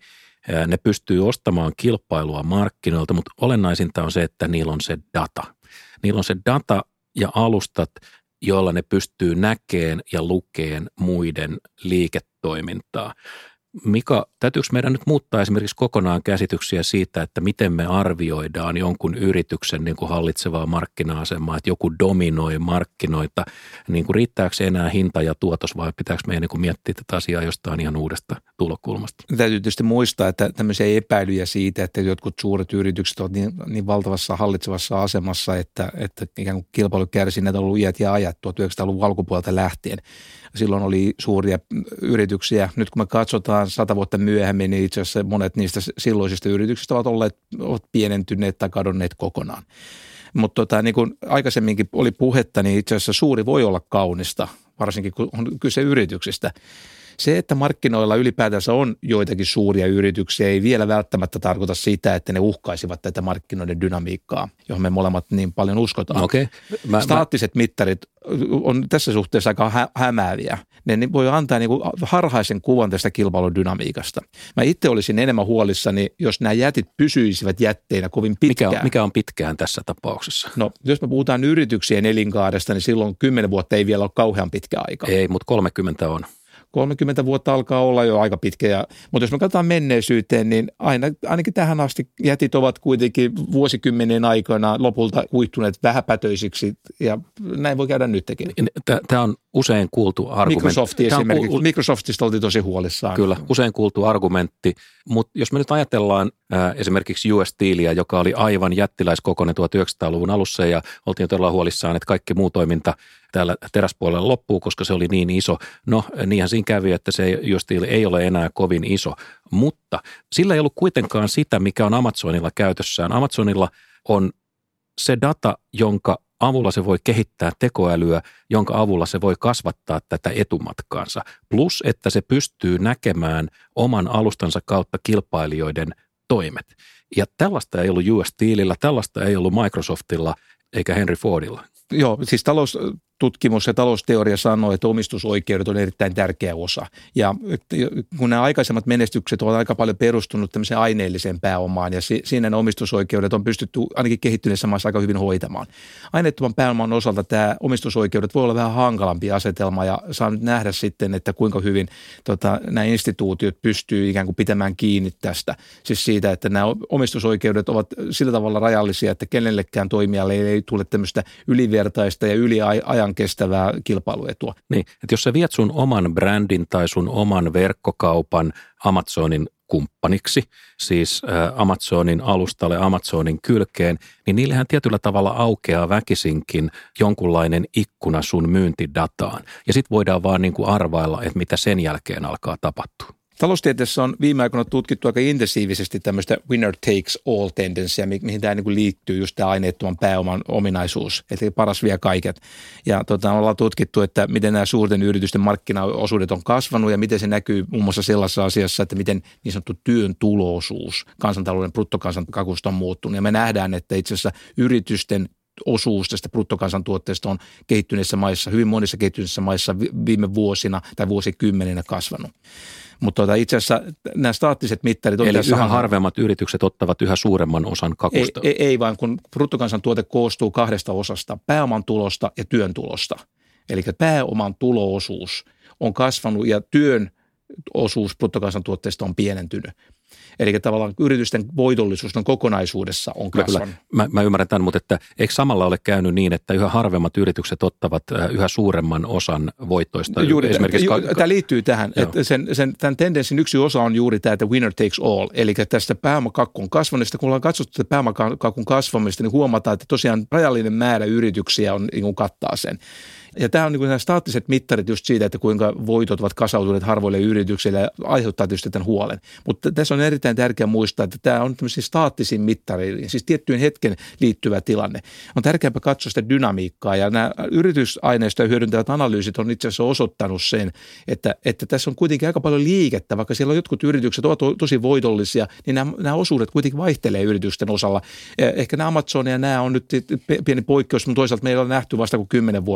Ne pystyy ostamaan kilpailua markkinoilta, mutta olennaisinta on se, että niillä on se data. Niillä on se data ja alustat, joilla ne pystyy näkeen ja lukeen muiden liiketoimintaa. Mika, täytyykö meidän nyt muuttaa esimerkiksi kokonaan käsityksiä siitä, että miten me arvioidaan jonkun yrityksen niin kuin hallitsevaa markkina-asemaa, että joku dominoi markkinoita, niin kuin riittääkö se enää hinta ja tuotos vai pitääkö meidän niin kuin miettiä tätä asiaa jostain ihan uudesta tulokulmasta? Täytyy tietysti muistaa, että tämmöisiä epäilyjä siitä, että jotkut suuret yritykset ovat niin valtavassa hallitsevassa asemassa, että ikään kuin kilpailukärsinnät on ollut iät ja ajat 1900-luvun alkupuolelta lähtien. Silloin oli suuria yrityksiä. Nyt kun me katsotaan 100 vuotta myöhemmin, niin itse asiassa monet niistä silloisista yrityksistä ovat pienentyneet tai kadonneet kokonaan. Mutta niin kuin aikaisemminkin oli puhetta, niin itse asiassa suuri voi olla kaunista, varsinkin kun on kyse yrityksistä. Se, että markkinoilla ylipäätänsä on joitakin suuria yrityksiä, ei vielä välttämättä tarkoita sitä, että ne uhkaisivat tätä markkinoiden dynamiikkaa, johon me molemmat niin paljon uskotaan. Okay. Staattiset mittarit on tässä suhteessa aika hämääviä. Ne voi antaa niin kuin harhaisen kuvan tästä kilpailudynamiikasta. Mä itse olisin enemmän huolissani, jos nämä jätit pysyisivät jätteinä kovin pitkään. Mikä on pitkään tässä tapauksessa? No, jos me puhutaan yrityksien elinkaaresta, niin silloin 10 vuotta ei vielä ole kauhean pitkä aika. Ei, mutta 30 on. 30 vuotta alkaa olla jo aika pitkä, mutta jos me katsotaan menneisyyteen, niin ainakin tähän asti jätit ovat kuitenkin vuosikymmenien aikana lopulta kuihtuneet vähäpätöisiksi ja näin voi käydä nytkin. Tämä on usein kuultu argumentti. Microsoft esimerkiksi. Microsoftista oltiin tosi huolissaan. Kyllä, usein kuultu argumentti, mutta jos me nyt ajatellaan esimerkiksi US Steelia, joka oli aivan jättiläiskokoinen 1900-luvun alussa ja oltiin todella huolissaan, että kaikki muu toiminta täällä teräspuolella loppuu, koska se oli niin iso. No, niinhän siinä kävi, että se US Steel ei ole enää kovin iso, mutta sillä ei ollut kuitenkaan sitä, mikä on Amazonilla käytössään. Amazonilla on se data, jonka avulla se voi kehittää tekoälyä, jonka avulla se voi kasvattaa tätä etumatkaansa. Plus, että se pystyy näkemään oman alustansa kautta kilpailijoiden toimet. Ja tällaista ei ollut US Steelillä, tällaista ei ollut Microsoftilla eikä Henry Fordilla. Joo, siis taloustutkimus ja talousteoria sanoo, että omistusoikeudet on erittäin tärkeä osa. Ja kun nämä aikaisemmat menestykset ovat aika paljon perustunut tämmöiseen aineelliseen pääomaan ja siinä ne omistusoikeudet on pystytty ainakin kehittyneessä maassa aika hyvin hoitamaan. Aineettoman pääoman osalta tämä omistusoikeudet voi olla vähän hankalampi asetelma ja saa nyt nähdä sitten, että kuinka hyvin nämä instituutiot pystyy ikään kuin pitämään kiinni tästä. Siis siitä, että nämä omistusoikeudet ovat sillä tavalla rajallisia, että kenellekään toimijalle ei tule tämmöistä ylivertaista ja yliajan kestävää kilpailuetua. Niin, että jos sä viet sun oman brändin tai sun oman verkkokaupan Amazonin kumppaniksi, siis Amazonin alustalle, Amazonin kylkeen, niin niillähän tietyllä tavalla aukeaa väkisinkin jonkunlainen ikkuna sun myyntidataan. Ja sit voidaan vaan niin kuin arvailla, että mitä sen jälkeen alkaa tapahtua. Taloustieteessä on viime aikoina tutkittu aika intensiivisesti tämmöistä winner takes all tendenssiä, mihin tämä niin liittyy just tämä aineettoman pääoman ominaisuus, eli paras vie kaiket. Ja ollaan tutkittu, että miten nämä suurten yritysten markkinaosuudet on kasvanut ja miten se näkyy muun muassa sellaisessa asiassa, että miten niin sanottu työn tulo-osuus kansantalouden bruttokansankakusta on muuttunut. Ja me nähdään, että itse asiassa yritysten osuus tästä bruttokansantuotteesta on kehittyneissä maissa, hyvin monissa kehittyneissä maissa viime vuosina tai vuosikymmeninä kasvanut. Mutta itse asiassa nämä staattiset mittarit on eli yhä harvemmat yritykset ottavat yhä suuremman osan kakusta. Ei vaan, kun bruttokansantuote koostuu 2 osasta, pääoman tulosta ja työn tulosta. Eli pääoman tuloosuus on kasvanut ja työn osuus bruttokansantuotteesta on pienentynyt. Eli tavallaan yritysten voitollisuus kokonaisuudessa on kasvanut. Mä ymmärrän tämän, mutta että eikö samalla ole käynyt niin, että yhä harvemmat yritykset ottavat yhä suuremman osan voittoista? Juuri, tämä liittyy tähän. Että tämän tendenssin yksi osa on juuri tämä, että winner takes all, eli tästä pääomakakun kasvamista. Kun ollaan katsottu tätä pääomakakun kasvamista, niin huomataan, että tosiaan rajallinen määrä yrityksiä on, niin kuin kattaa sen. Ja tämä on niin kuin nämä staattiset mittarit just siitä, että kuinka voitot ovat kasautuneet harvoille yrityksille ja aiheuttaa tietysti tämän huolen. Mutta tässä on erittäin tärkeää muistaa, että tämä on tämmöisiä staattisiin mittareihin, siis tiettyyn hetken liittyvä tilanne. On tärkeämpää katsoa sitä dynamiikkaa ja nämä yritysaineistoja hyödyntävät analyysit on itse asiassa osoittanut sen, että tässä on kuitenkin aika paljon liikettä, vaikka siellä jotkut yritykset ovat tosi voitollisia, niin nämä osuudet kuitenkin vaihtelee yritysten osalla. Ehkä nämä Amazon ja nämä on nyt pieni poikkeus, mutta toisaalta meillä on nähty vasta kuin 10 vuotta, joka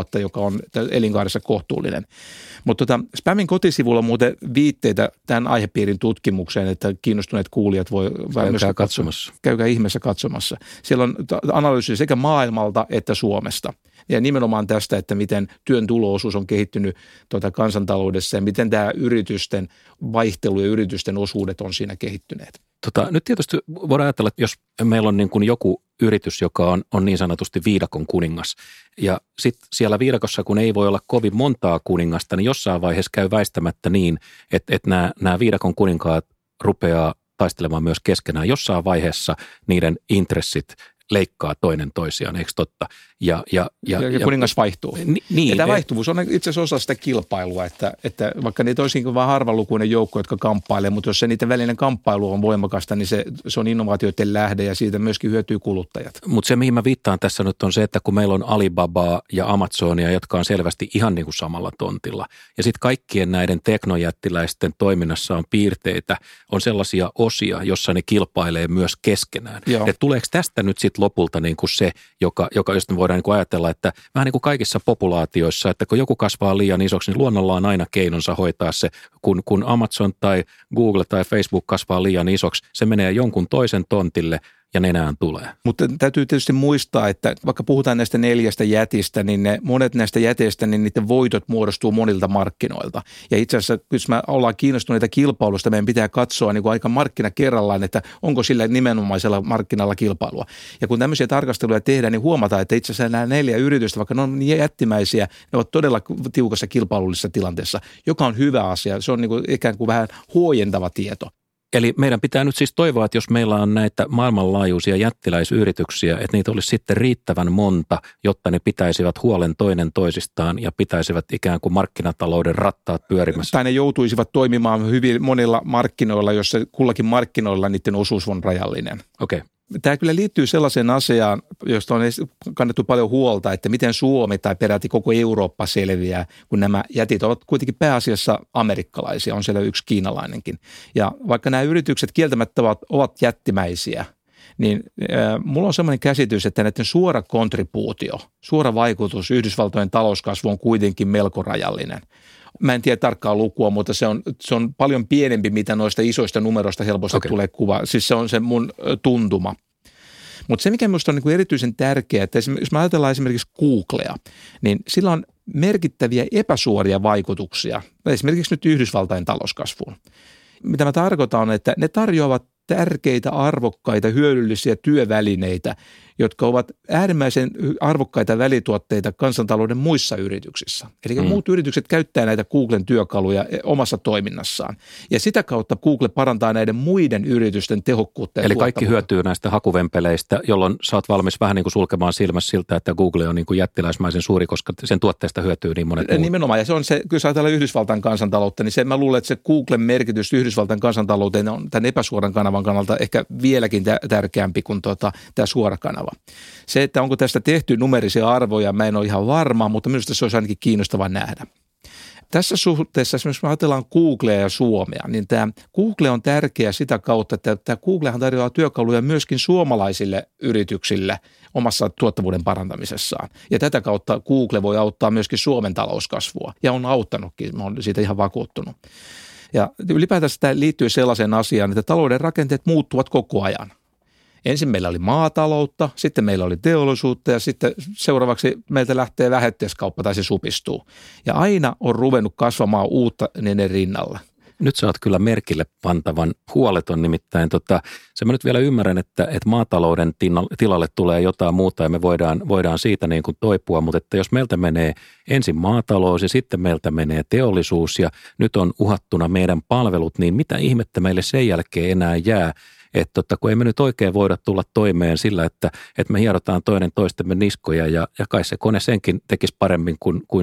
on elinkaarissa kohtuullinen. Mutta spämmin kotisivulla on muuten viitteitä tämän aihepiirin tutkimukseen, että kiinnostuneet kuulijat voi käykää katsomassa. Käykää ihmeessä katsomassa. Siellä on analyysi sekä maailmalta että Suomesta. Ja nimenomaan tästä, että miten työn tulo-osuus on kehittynyt kansantaloudessa ja miten tämä yritysten vaihtelu ja yritysten osuudet on siinä kehittyneet. Nyt tietysti voidaan ajatella, että jos meillä on niin kuin joku yritys, joka on niin sanotusti viidakon kuningas, ja sitten siellä viidakossa, kun ei voi olla kovin montaa kuningasta, niin jossain vaiheessa käy väistämättä niin, että nämä viidakon kuninkaat rupeaa taistelemaan myös keskenään. Jossain vaiheessa niiden intressit leikkaa toinen toisiaan, eikö totta? Ja kuningas vaihtuu. Niin, ja tämä vaihtuvuus on itse asiassa osa sitä kilpailua, että vaikka niitä olisi vain harvalukuinen joukko, jotka kamppailee, mutta jos se niiden välinen kamppailu on voimakasta, niin se on innovaatioiden lähde ja siitä myöskin hyötyy kuluttajat. Mutta se, mihin mä viittaan tässä nyt on se, että kun meillä on Alibabaa ja Amazonia, jotka on selvästi ihan niin kuin samalla tontilla, ja sitten kaikkien näiden teknojättiläisten toiminnassa on piirteitä, on sellaisia osia, jossa ne kilpailee myös keskenään. Et tuleeko tästä nyt sitten lopulta niin kuin se, joka jos me voidaan niin kuin ajatella, että vähän niin kuin kaikissa populaatioissa, että kun joku kasvaa liian isoksi, niin luonnolla on aina keinonsa hoitaa se, kun Amazon tai Google tai Facebook kasvaa liian isoksi, se menee jonkun toisen tontille ja nenään tulee. Mutta täytyy tietysti muistaa, että vaikka puhutaan näistä 4 jätistä, niin monet näistä jäteistä, niin niiden voitot muodostuu monilta markkinoilta. Ja itse asiassa, jos me ollaan kiinnostuneita kilpailusta, meidän pitää katsoa niin kuin aika markkina kerrallaan, että onko sillä nimenomaisella markkinalla kilpailua. Ja kun tämmöisiä tarkasteluja tehdään, niin huomataan, että itse asiassa nämä 4 yritystä, vaikka ne on niin jättimäisiä, ne ovat todella tiukassa kilpailullisessa tilanteessa, joka on hyvä asia. Se on niin kuin ikään kuin vähän huojentava tieto. Eli meidän pitää nyt siis toivoa, että jos meillä on näitä maailmanlaajuisia jättiläisyrityksiä, että niitä olisi sitten riittävän monta, jotta ne pitäisivät huolen toinen toisistaan ja pitäisivät ikään kuin markkinatalouden rattaat pyörimässä. Tai ne joutuisivat toimimaan hyvin monilla markkinoilla, jossa kullakin markkinoilla niiden osuus on rajallinen. Okei. Tämä kyllä liittyy sellaiseen asiaan, josta on kannettu paljon huolta, että miten Suomi tai peräti koko Eurooppa selviää, kun nämä jätit ovat kuitenkin pääasiassa amerikkalaisia, on siellä yksi kiinalainenkin. Ja vaikka nämä yritykset kieltämättä ovat jättimäisiä, niin mulla on sellainen käsitys, että näiden suora kontribuutio, suora vaikutus Yhdysvaltojen talouskasvu on kuitenkin melko rajallinen. Mä en tiedä tarkkaa lukua, mutta se on paljon pienempi, mitä noista isoista numeroista helposti tulee kuva. Siis se on se mun tuntuma. Mutta se, mikä minusta on niin kuin erityisen tärkeää, että jos me ajatellaan esimerkiksi Googlea, niin sillä on merkittäviä epäsuoria vaikutuksia, esimerkiksi nyt Yhdysvaltain talouskasvuun. Mitä mä tarkoitan on, että ne tarjoavat tärkeitä, arvokkaita, hyödyllisiä työvälineitä, jotka ovat äärimmäisen arvokkaita välituotteita kansantalouden muissa yrityksissä. Eli muut yritykset käyttää näitä Googlen työkaluja omassa toiminnassaan. Ja sitä kautta Google parantaa näiden muiden yritysten tehokkuutta. Eli kaikki hyötyy näistä hakuvempeleistä, jolloin sä oot valmis vähän niin kuin sulkemaan silmässä siltä, että Google on niin kuin jättiläismäisen suuri, koska sen tuotteesta hyötyy niin monet muut. Nimenomaan, ja se on se, kun sä ajatellaan Yhdysvaltain kansantaloutta, niin mä luulen, että se Googlen merkitys Yhdysvaltain kansantalouteen on tämän epäsuoran kanavan kannalta ehkä vieläkin tärkeämpi kuin tämä suora kanava. Se, että onko tästä tehty numerisia arvoja, mä en ole ihan varma, mutta minusta se olisi ainakin kiinnostava nähdä. Tässä suhteessa, esimerkiksi me ajatellaan Googlea ja Suomea, niin tämä Google on tärkeä sitä kautta, että tämä Googlehan tarjoaa työkaluja myöskin suomalaisille yrityksille omassa tuottavuuden parantamisessaan. Ja tätä kautta Google voi auttaa myöskin Suomen talouskasvua, ja on auttanutkin, mä olen siitä ihan vakuuttunut. Ja ylipäätään tämä liittyy sellaiseen asiaan, että talouden rakenteet muuttuvat koko ajan. Ensin meillä oli maataloutta, sitten meillä oli teollisuutta ja sitten seuraavaksi meiltä lähtee vähittäiskauppa tai se supistuu. Ja aina on ruvennut kasvamaan uutta niiden rinnalla. Nyt sä oot kyllä merkille pantavan huoleton, nimittäin se mä nyt vielä ymmärrän, että maatalouden tilalle tulee jotain muuta ja me voidaan siitä niin kuin toipua, mutta että jos meiltä menee ensin maatalous ja sitten meiltä menee teollisuus ja nyt on uhattuna meidän palvelut, niin mitä ihmettä meille sen jälkeen enää jää? Että kun ei me nyt oikein voida tulla toimeen sillä, että me hierotaan toinen toistemme niskoja ja kai se kone senkin tekisi paremmin kuin sinä.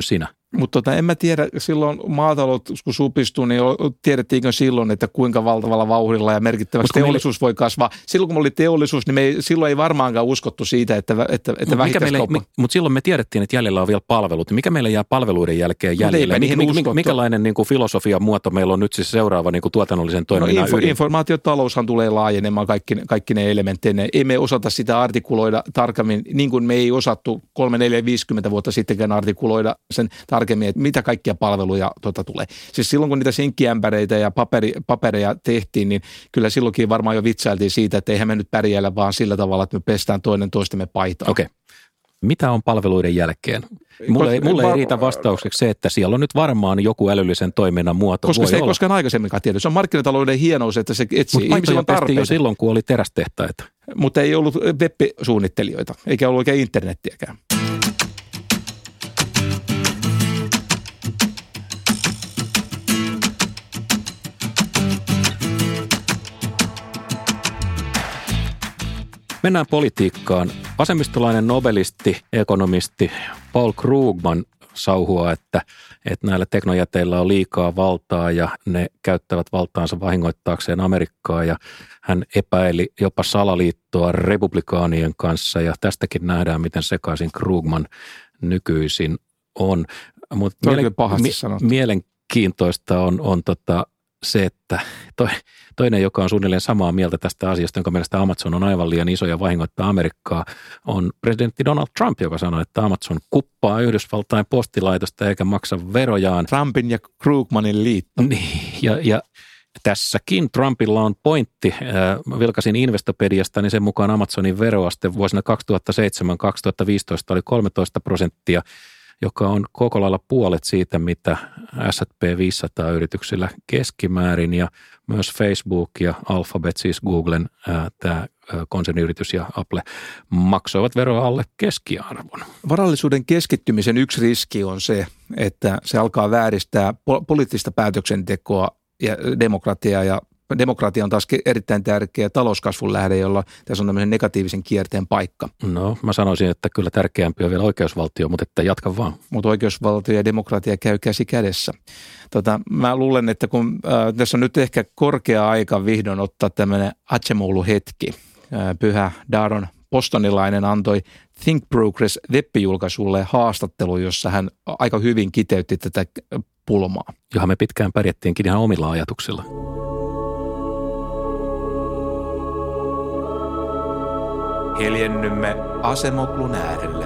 Mutta en mä tiedä, silloin maatalous kun supistui, niin tiedettiinkö silloin, että kuinka valtavalla vauhdilla ja merkittävästi teollisuus voi kasvaa. Silloin kun oli teollisuus, niin silloin ei varmaankaan uskottu siitä, että vähittäiskauppa. Mutta silloin me tiedettiin, että jäljellä on vielä palvelut. Mikä meillä jää palveluiden jälkeen jäljellä? Minkälainen niin kuin filosofian muoto meillä on nyt siis seuraava niin kuin tuotannollisen toiminnan ydin? Informaatiotaloushan tulee laajenemaan kaikki ne elementteinä. Ei me osata sitä artikuloida tarkemmin, niin kuin me ei osattu 3, 4, 50 vuotta sittenkään artikuloida sen tarkemmin, että mitä kaikkia palveluja tulee. Siis silloin, kun niitä sinkkiämpäreitä ja papereja tehtiin, niin kyllä silloinkin varmaan jo vitsailtiin siitä, että eihän me nyt pärjäällä vaan sillä tavalla, että me pestään toinen toistemme paitaa. Okei. Mitä on palveluiden jälkeen? Mulle ei riitä vastaukseksi se, että siellä on nyt varmaan joku älyllisen toiminnan muoto. Koska se ei koskaan aikaisemminkaan tiedä. Se on markkinatalouden hienous, että se etsii. Mutta ihmisillä on jo silloin, kun oli terästehtaita. Mutta ei ollut web-suunnittelijoita, eikä ollut oikein internettiäkään. Mennään politiikkaan. Vasemmistolainen nobelisti, ekonomisti Paul Krugman sauhua, että näillä teknojäteillä on liikaa valtaa ja ne käyttävät valtaansa vahingoittaakseen Amerikkaa ja hän epäili jopa salaliittoa republikaanien kanssa ja tästäkin nähdään, miten sekaisin Krugman nykyisin on. Mutta mielenkiintoista on se, että toinen, joka on suunnilleen samaa mieltä tästä asiasta, jonka mielestä Amazon on aivan liian iso ja vahingoittaa Amerikkaa, on presidentti Donald Trump, joka sanoi, että Amazon kuppaa Yhdysvaltain postilaitosta eikä maksa verojaan. Trumpin ja Krugmanin liitto. Niin, ja tässäkin Trumpilla on pointti. Vilkasin Investopediasta, niin sen mukaan Amazonin veroaste vuosina 2007-2015 oli 13%, joka on koko lailla puolet siitä, mitä S&P 500-yrityksillä keskimäärin ja myös Facebook ja Alphabet, siis Googlen tämä konserniyritys ja Apple maksoivat veroa alle keskiarvon. Varallisuuden keskittymisen yksi riski on se, että se alkaa vääristää poliittista päätöksentekoa ja demokratiaa ja demokratia on taas erittäin tärkeä talouskasvun lähde, jolla tässä on tämmöisen negatiivisen kierteen paikka. No, mä sanoisin, että kyllä tärkeämpi on vielä oikeusvaltio, mutta että jatka vaan. Mutta oikeusvaltio ja demokratia käy käsi kädessä. Mä luulen, että kun tässä on nyt ehkä korkea aika vihdoin ottaa tämmöinen Hachemulu-hetki. Pyhä Daron bostonilainen antoi Think Progress web-julkaisulle haastattelu, jossa hän aika hyvin kiteytti tätä pulmaa. Johon me pitkään pärjättiinkin ihan omilla ajatuksilla. Heljennymme Acemoklun äärelle.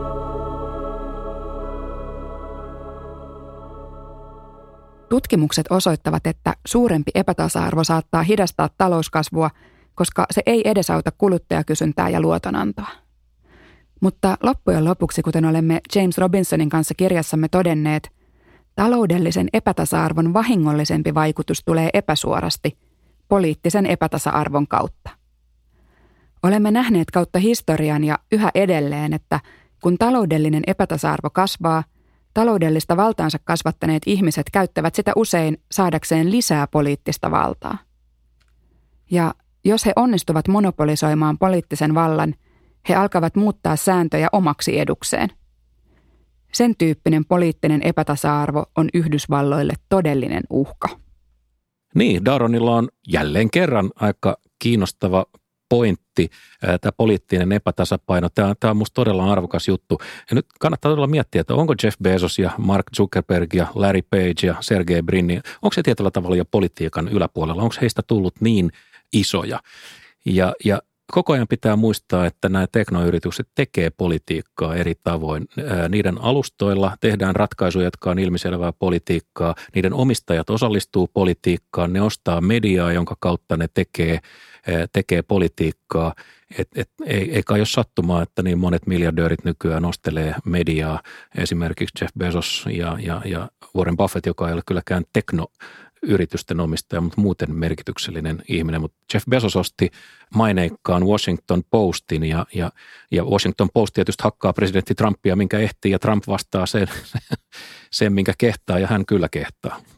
Tutkimukset osoittavat, että suurempi epätasa-arvo saattaa hidastaa talouskasvua, koska se ei edesauta kuluttajakysyntää ja luotonantoa. Mutta loppujen lopuksi, kuten olemme James Robinsonin kanssa kirjassamme todenneet, taloudellisen epätasa-arvon vahingollisempi vaikutus tulee epäsuorasti, poliittisen epätasa-arvon kautta. Olemme nähneet kautta historian ja yhä edelleen, että kun taloudellinen epätasa-arvo kasvaa, taloudellista valtaansa kasvattaneet ihmiset käyttävät sitä usein saadakseen lisää poliittista valtaa. Ja jos he onnistuvat monopolisoimaan poliittisen vallan, he alkavat muuttaa sääntöjä omaksi edukseen. Sen tyyppinen poliittinen epätasa-arvo on Yhdysvalloille todellinen uhka. Niin, Daronilla on jälleen kerran aika kiinnostava pointti, tämä poliittinen epätasapaino. Tämä on musta todella arvokas juttu. Ja nyt kannattaa todella miettiä, että onko Jeff Bezos ja Mark Zuckerberg ja Larry Page ja Sergey Brin, onko se tietyllä tavalla jo politiikan yläpuolella? Onko heistä tullut niin isoja? Ja koko ajan pitää muistaa, että nämä teknoyritykset tekee politiikkaa eri tavoin. Niiden alustoilla tehdään ratkaisuja, jotka on ilmiselvää politiikkaa. Niiden omistajat osallistuu politiikkaan, ne ostaa mediaa, jonka kautta ne tekee politiikkaa. Ei kai ole sattumaa, että niin monet miljardöörit nykyään ostelee mediaa. Esimerkiksi Jeff Bezos ja Warren Buffett, joka ei ole kylläkään yritysten omistaja, mutta muuten merkityksellinen ihminen. Mutta Jeff Bezos osti maineikkaan Washington Postin ja Washington Post tietysti hakkaa presidentti Trumpia, minkä ehtii, ja Trump vastaa sen minkä kehtaa, ja hän kyllä kehtaa. Näin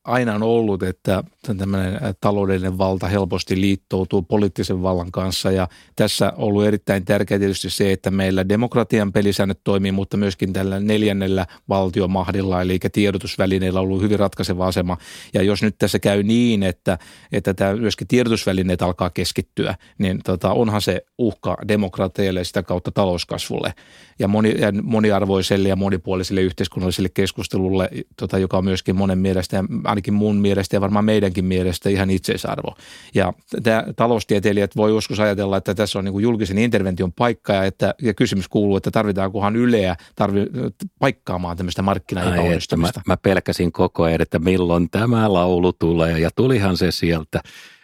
aina on ollut, että tämmöinen taloudellinen valta helposti liittoutuu poliittisen vallan kanssa ja tässä on ollut erittäin tärkeää tietysti se, että meillä demokratian pelisäännöt toimii, mutta myöskin tällä 4. valtiomahdilla eli tiedotusvälineillä on ollut hyvin ratkaiseva asema ja jos nyt tässä käy niin, että tämä myöskin tiedotusvälineet alkaa keskittyä, niin onhan se uhka demokratialle ja sitä kautta talouskasvulle ja moniarvoiselle ja monipuoliselle yhteiskunnalliselle keskustelulle, joka on myöskin monen mielestä ja ainakin mun mielestä ja varmaan meidänkin mielestä ihan itseisarvo. Ja taloustieteilijät voi joskus ajatella, että tässä on niin kuin julkisen intervention paikka ja kysymys kuuluu, että tarvitaankohan Yleä paikkaamaan tämmöistä markkinaepäonnistumista. Mä pelkäsin koko ajan, että milloin tämä laulu tulee ja tulihan se sieltä.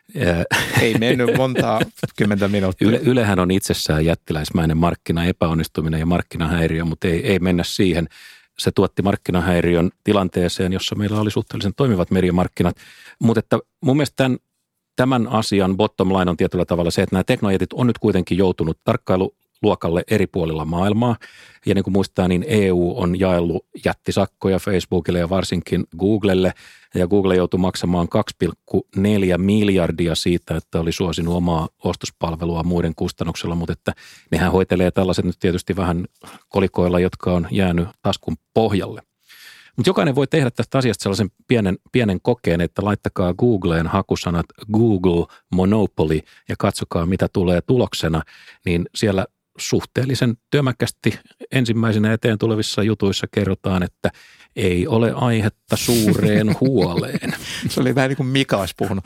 Ei mennyt montaa 10 minuuttia. Ylehän on itsessään jättiläismäinen markkinaepäonnistuminen ja markkinahäiriö, mutta ei mennä siihen. Se tuotti markkinahäiriön tilanteeseen, jossa meillä oli suhteellisen toimivat mediamarkkinat. Mutta että mun mielestä tämän asian bottom line on tietyllä tavalla se, että nämä teknojätit on nyt kuitenkin joutunut tarkkailuluokalle eri puolilla maailmaa. Ja niin kuin muistaa, niin EU on jaellut jättisakkoja Facebookille ja varsinkin Googlelle. Ja Google joutui maksamaan 2,4 miljardia siitä, että oli suosinut omaa ostospalvelua muiden kustannuksella, mutta että nehän hoitelee tällaiset nyt tietysti vähän kolikoilla, jotka on jäänyt taskun pohjalle. Mutta jokainen voi tehdä tästä asiasta sellaisen pienen kokeen, että laittakaa Googleen hakusanat Google Monopoly ja katsokaa mitä tulee tuloksena, niin siellä suhteellisen tömäkkästi ensimmäisenä eteen tulevissa jutuissa kerrotaan, että ei ole aihetta suureen huoleen. Se oli vähän niin kuin Mika olisi puhunut.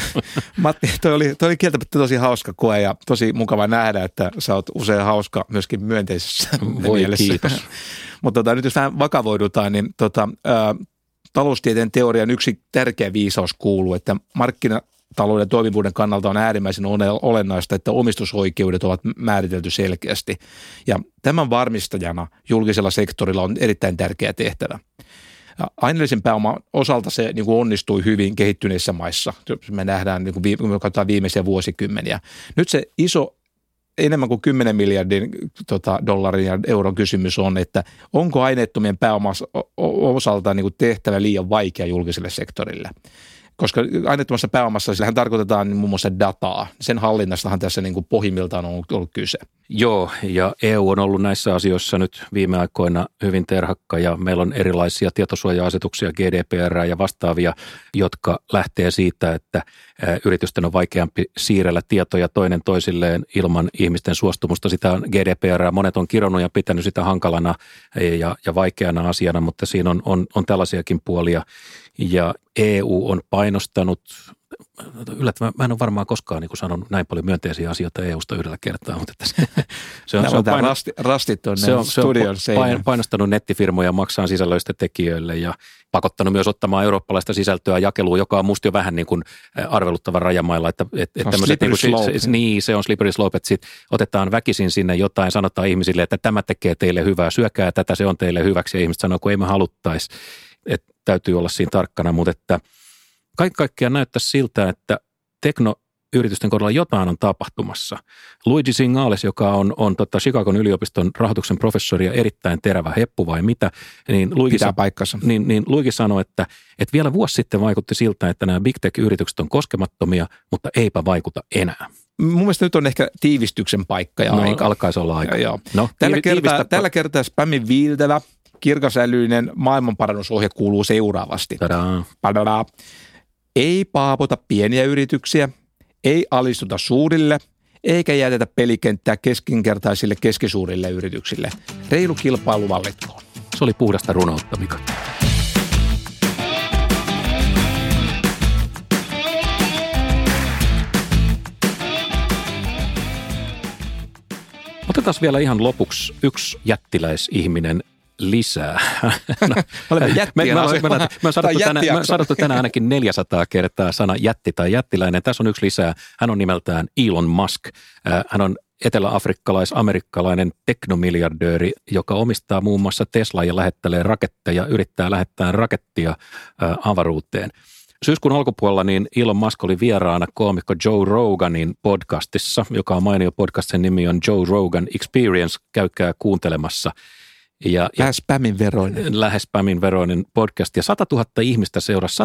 Matti, toi oli kieltämättä tosi hauska koe ja tosi mukava nähdä, että sä oot usein hauska myöskin myönteisessä mielessä. Kiitos. Mutta nyt jos vähän vakavoidutaan, niin taloustieteen teorian yksi tärkeä viisaus kuuluu, että markkinatalouden toimivuuden kannalta on äärimmäisen olennaista, että omistusoikeudet ovat määritelty selkeästi. Ja tämän varmistajana julkisella sektorilla on erittäin tärkeä tehtävä. Aineellisen pääoman osalta se niin kuin onnistui hyvin kehittyneissä maissa. Me nähdään niin kuin me katsotaan viimeisiä vuosikymmeniä. Nyt se iso enemmän kuin 10 miljardin dollarin ja euron kysymys on, että onko aineettomien pääoman osalta niin kuin tehtävä liian vaikea julkiselle sektorille. Koska aineettomassa pääomassa sillähän tarkoitetaan muun muassa dataa. Sen hallinnastahan tässä niin kuin pohjimmiltaan on ollut kyse. Joo, ja EU on ollut näissä asioissa nyt viime aikoina hyvin terhakka ja meillä on erilaisia tietosuoja-asetuksia, GDPR ja vastaavia, jotka lähtee siitä, että yritysten on vaikeampi siirrellä tietoja toinen toisilleen ilman ihmisten suostumusta. Sitä on GDPR, monet on kironnut ja pitänyt sitä hankalana ja vaikeana asiana, mutta siinä on tällaisiakin puolia. Ja EU on painostanut, yllättävän, mä en ole varmaan koskaan niin sanonut näin paljon myönteisiä asioita EUsta yhdellä kertaa, mutta se on painostanut nettifirmoja maksaa sisällöistä tekijöille ja pakottanut myös ottamaan eurooppalaista sisältöä jakeluun, joka on musta jo vähän niin kuin arveluttavan rajamailla. Että se on slippery slope, että sit otetaan väkisin sinne jotain, sanotaan ihmisille, että tämä tekee teille hyvää, syökää tätä, se on teille hyväksi ja ihmiset sanoo, kun ei me haluttaisi. Että täytyy olla siinä tarkkana, mutta että kaikki kaikkiaan näyttäisi siltä, että teknoyritysten kohdalla jotain on tapahtumassa. Luigi Zingales, joka on Chicagon yliopiston rahoituksen professori ja erittäin terävä heppu vai mitä, niin Luigi sanoi, että vielä vuosi sitten vaikutti siltä, että nämä big tech-yritykset on koskemattomia, mutta eipä vaikuta enää. Mun mielestä nyt on ehkä tiivistyksen paikka ja aika. Alkaisi olla aika. Joo. No, tällä kertaa spämmin viiltävä kirkasälyinen maailmanparannusohje kuuluu seuraavasti. Tadaa. Ei paapota pieniä yrityksiä, ei alistuta suurille, eikä jätetä pelikenttää keskinkertaisille keskisuurille yrityksille. Reilu kilpailu vallitkoon. Se oli puhdasta runoutta, Mika. Otetaan vielä ihan lopuksi yksi jättiläisihminen lisää. Me on sanottu tänään ainakin 400 kertaa sana jätti tai jättiläinen. Tässä on yksi lisää. Hän on nimeltään Elon Musk. Hän on etelä-afrikkalais-amerikkalainen teknomiljardööri, joka omistaa muun muassa Tesla ja lähettelee raketteja, yrittää lähettää rakettia avaruuteen. Syyskuun alkupuolella niin Elon Musk oli vieraana koomikko Joe Roganin podcastissa, joka on mainio podcast. Sen nimi on Joe Rogan Experience. Käykää kuuntelemassa. Lähes spämin veroinen. Lähes spämin veroinen podcast. Ja 100 000 ihmistä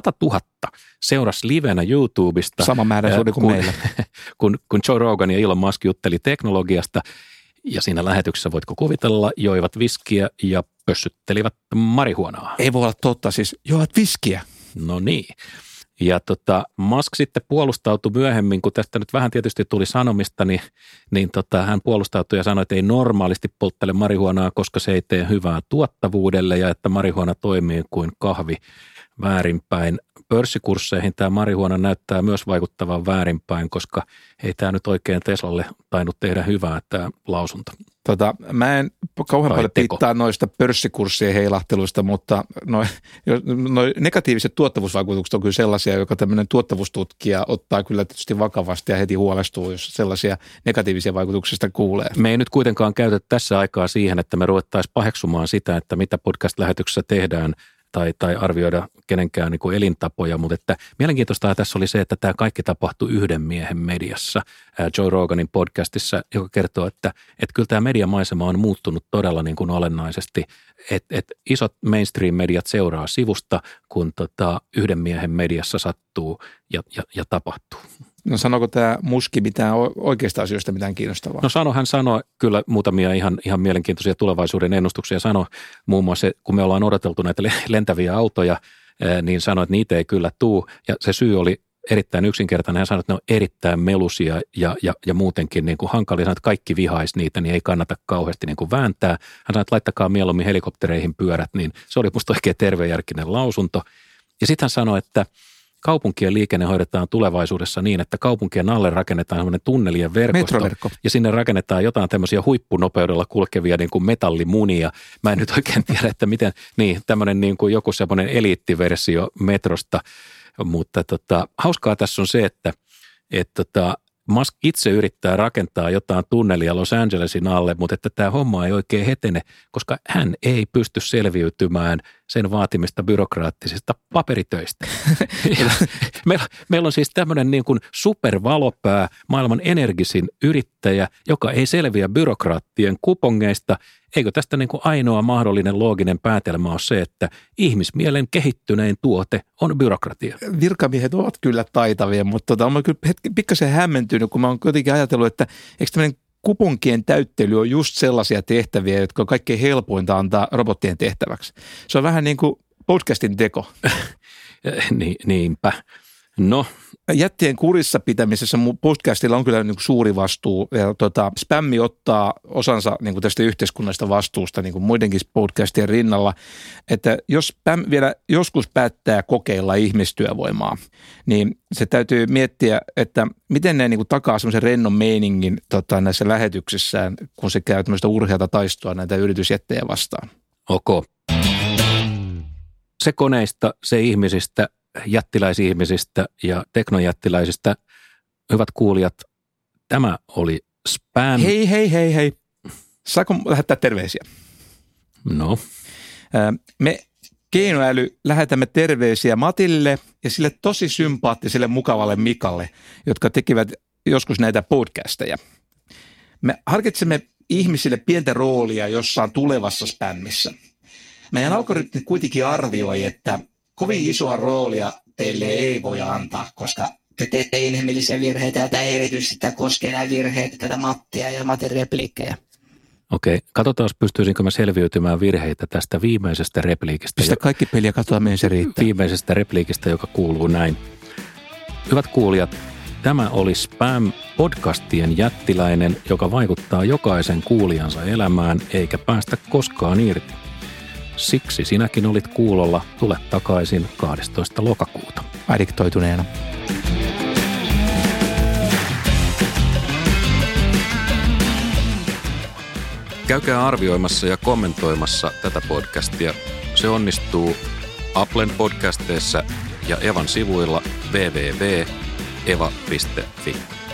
seurasi livenä YouTubesta. Sama määrä suuri kuin meillä. kun Joe Rogan ja Elon Musk jutteli teknologiasta. Ja siinä lähetyksessä, voitko kuvitella, joivat viskiä ja pössyttelivät marihuonaa. Ei voi olla totta, siis joivat viskiä. No niin. Ja Musk sitten puolustautui myöhemmin, kun tästä nyt vähän tietysti tuli sanomista, niin hän puolustautui ja sanoi, että ei normaalisti polttele marihuonaa, koska se ei tee hyvää tuottavuudelle ja että marihuona toimii kuin kahvi väärinpäin. Pörssikursseihin tämä marihuona näyttää myös vaikuttavan väärinpäin, koska ei tämä nyt oikein Teslalle tainnut tehdä hyvää tämä lausunto. Mä en kauhean paljon pitää noista pörssikurssien heilahteluista, mutta noi negatiiviset tuottavuusvaikutukset on kyllä sellaisia, joka tämmöinen tuottavuustutkija ottaa kyllä tietysti vakavasti ja heti huolestuu, jos sellaisia negatiivisia vaikutuksista kuulee. Me ei nyt kuitenkaan käytä tässä aikaa siihen, että me ruvettaisiin paheksumaan sitä, että mitä podcast-lähetyksessä tehdään tai arvioida kenenkään niin kuin elintapoja, mutta että mielenkiintoista tässä oli se, että tämä kaikki tapahtui yhden miehen mediassa, Joe Roganin podcastissa, joka kertoo, että kyllä tämä mediamaisema on muuttunut todella niin kuin olennaisesti, että isot mainstream-mediat seuraa sivusta, kun yhden miehen mediassa sattuu ja tapahtuu. No sanoiko tämä Muski mitään oikeista asioista mitään kiinnostavaa? No hän sanoi kyllä muutamia ihan mielenkiintoisia tulevaisuuden ennustuksia. Sanoi muun muassa, kun me ollaan odoteltu näitä lentäviä autoja, niin sanoi, että niitä ei kyllä tule. Ja se syy oli erittäin yksinkertainen. Hän sanoi, että ne on erittäin melusia ja muutenkin niin kuin hankalia. Sanoi, että kaikki vihaisi niitä, niin ei kannata kauheasti niin kuin vääntää. Hän sanoi, että laittakaa mieluummin helikoptereihin pyörät, niin se oli musta oikein tervejärkinen lausunto. Ja sitten hän sanoi, että kaupunkien liikenne hoidetaan tulevaisuudessa niin, että kaupunkien alle rakennetaan sellainen tunnelien verkosto. Metroverkko. Ja sinne rakennetaan jotain tämmöisiä huippunopeudella kulkevia niin kuin metallimunia. Mä en nyt oikein tiedä, että miten, niin tämmöinen niin kuin joku semmoinen eliittiversio metrosta. Mutta hauskaa tässä on se, että Musk itse yrittää rakentaa jotain tunnelia Los Angelesin alle, mutta että tämä homma ei oikein hetene, koska hän ei pysty selviytymään sen vaatimista byrokraattisista paperitöistä. Meillä on siis tämmöinen niin kuin supervalopää, maailman energisin yrittäjä, joka ei selviä byrokraattien kupongeista. Eikö tästä niin kuin ainoa mahdollinen looginen päätelmä ole se, että ihmismielen kehittynein tuote on byrokratia? Virkamiehet ovat kyllä taitavia, mutta olen kyllä pikkasen hämmentynyt, kun mä oon kuitenkin ajatellut, että eikö tämmöinen kuponkien täyttely on just sellaisia tehtäviä, jotka on kaikkein helpointa antaa robottien tehtäväksi. Se on vähän niin kuin podcastin teko. Niinpä. No. Jättien kurissa pitämisessä podcastilla on kyllä niin kuin suuri vastuu ja spämmi ottaa osansa niin kuin tästä yhteiskunnallisesta vastuusta niin kuin muidenkin podcastien rinnalla, että jos spam vielä joskus päättää kokeilla ihmistyövoimaa, niin se täytyy miettiä, että miten ne niin kuin takaa semmoisen rennon meiningin näissä lähetyksissään, kun se käy tämmöistä urheata taistoa näitä yritysjättejä vastaan. Ok. Se koneista, se ihmisistä, jättiläisihmisistä ja teknojättiläisistä. Hyvät kuulijat, tämä oli spam. Hei. Saako lähettää terveisiä? No. Me Keinoäly lähetämme terveisiä Matille ja sille tosi sympaattiselle mukavalle Mikalle, jotka tekivät joskus näitä podcasteja. Me harkitsemme ihmisille pientä roolia jossain tulevassa spämmissä. Meidän algoritmi kuitenkin arvioi, että kovin isoa roolia teille ei voi antaa, koska te teette inhimillisiä virheitä ja tämä erityisesti koskee nämä virheitä, tätä Mattia ja Matin repliikkejä. Okei, katsotaan, pystyisinkö mä selviytymään virheitä tästä viimeisestä repliikistä. Pistä kaikki peliä ja katsotaan, mihin se riittää. Viimeisestä repliikistä, joka kuuluu näin. Hyvät kuulijat, tämä oli Spam-podcastien jättiläinen, joka vaikuttaa jokaisen kuulijansa elämään eikä päästä koskaan irti. Siksi sinäkin olit kuulolla. Tule takaisin 12. lokakuuta. Addiktoituneena. Käykää arvioimassa ja kommentoimassa tätä podcastia. Se onnistuu Applen podcasteissa ja Evan sivuilla www.eva.fi.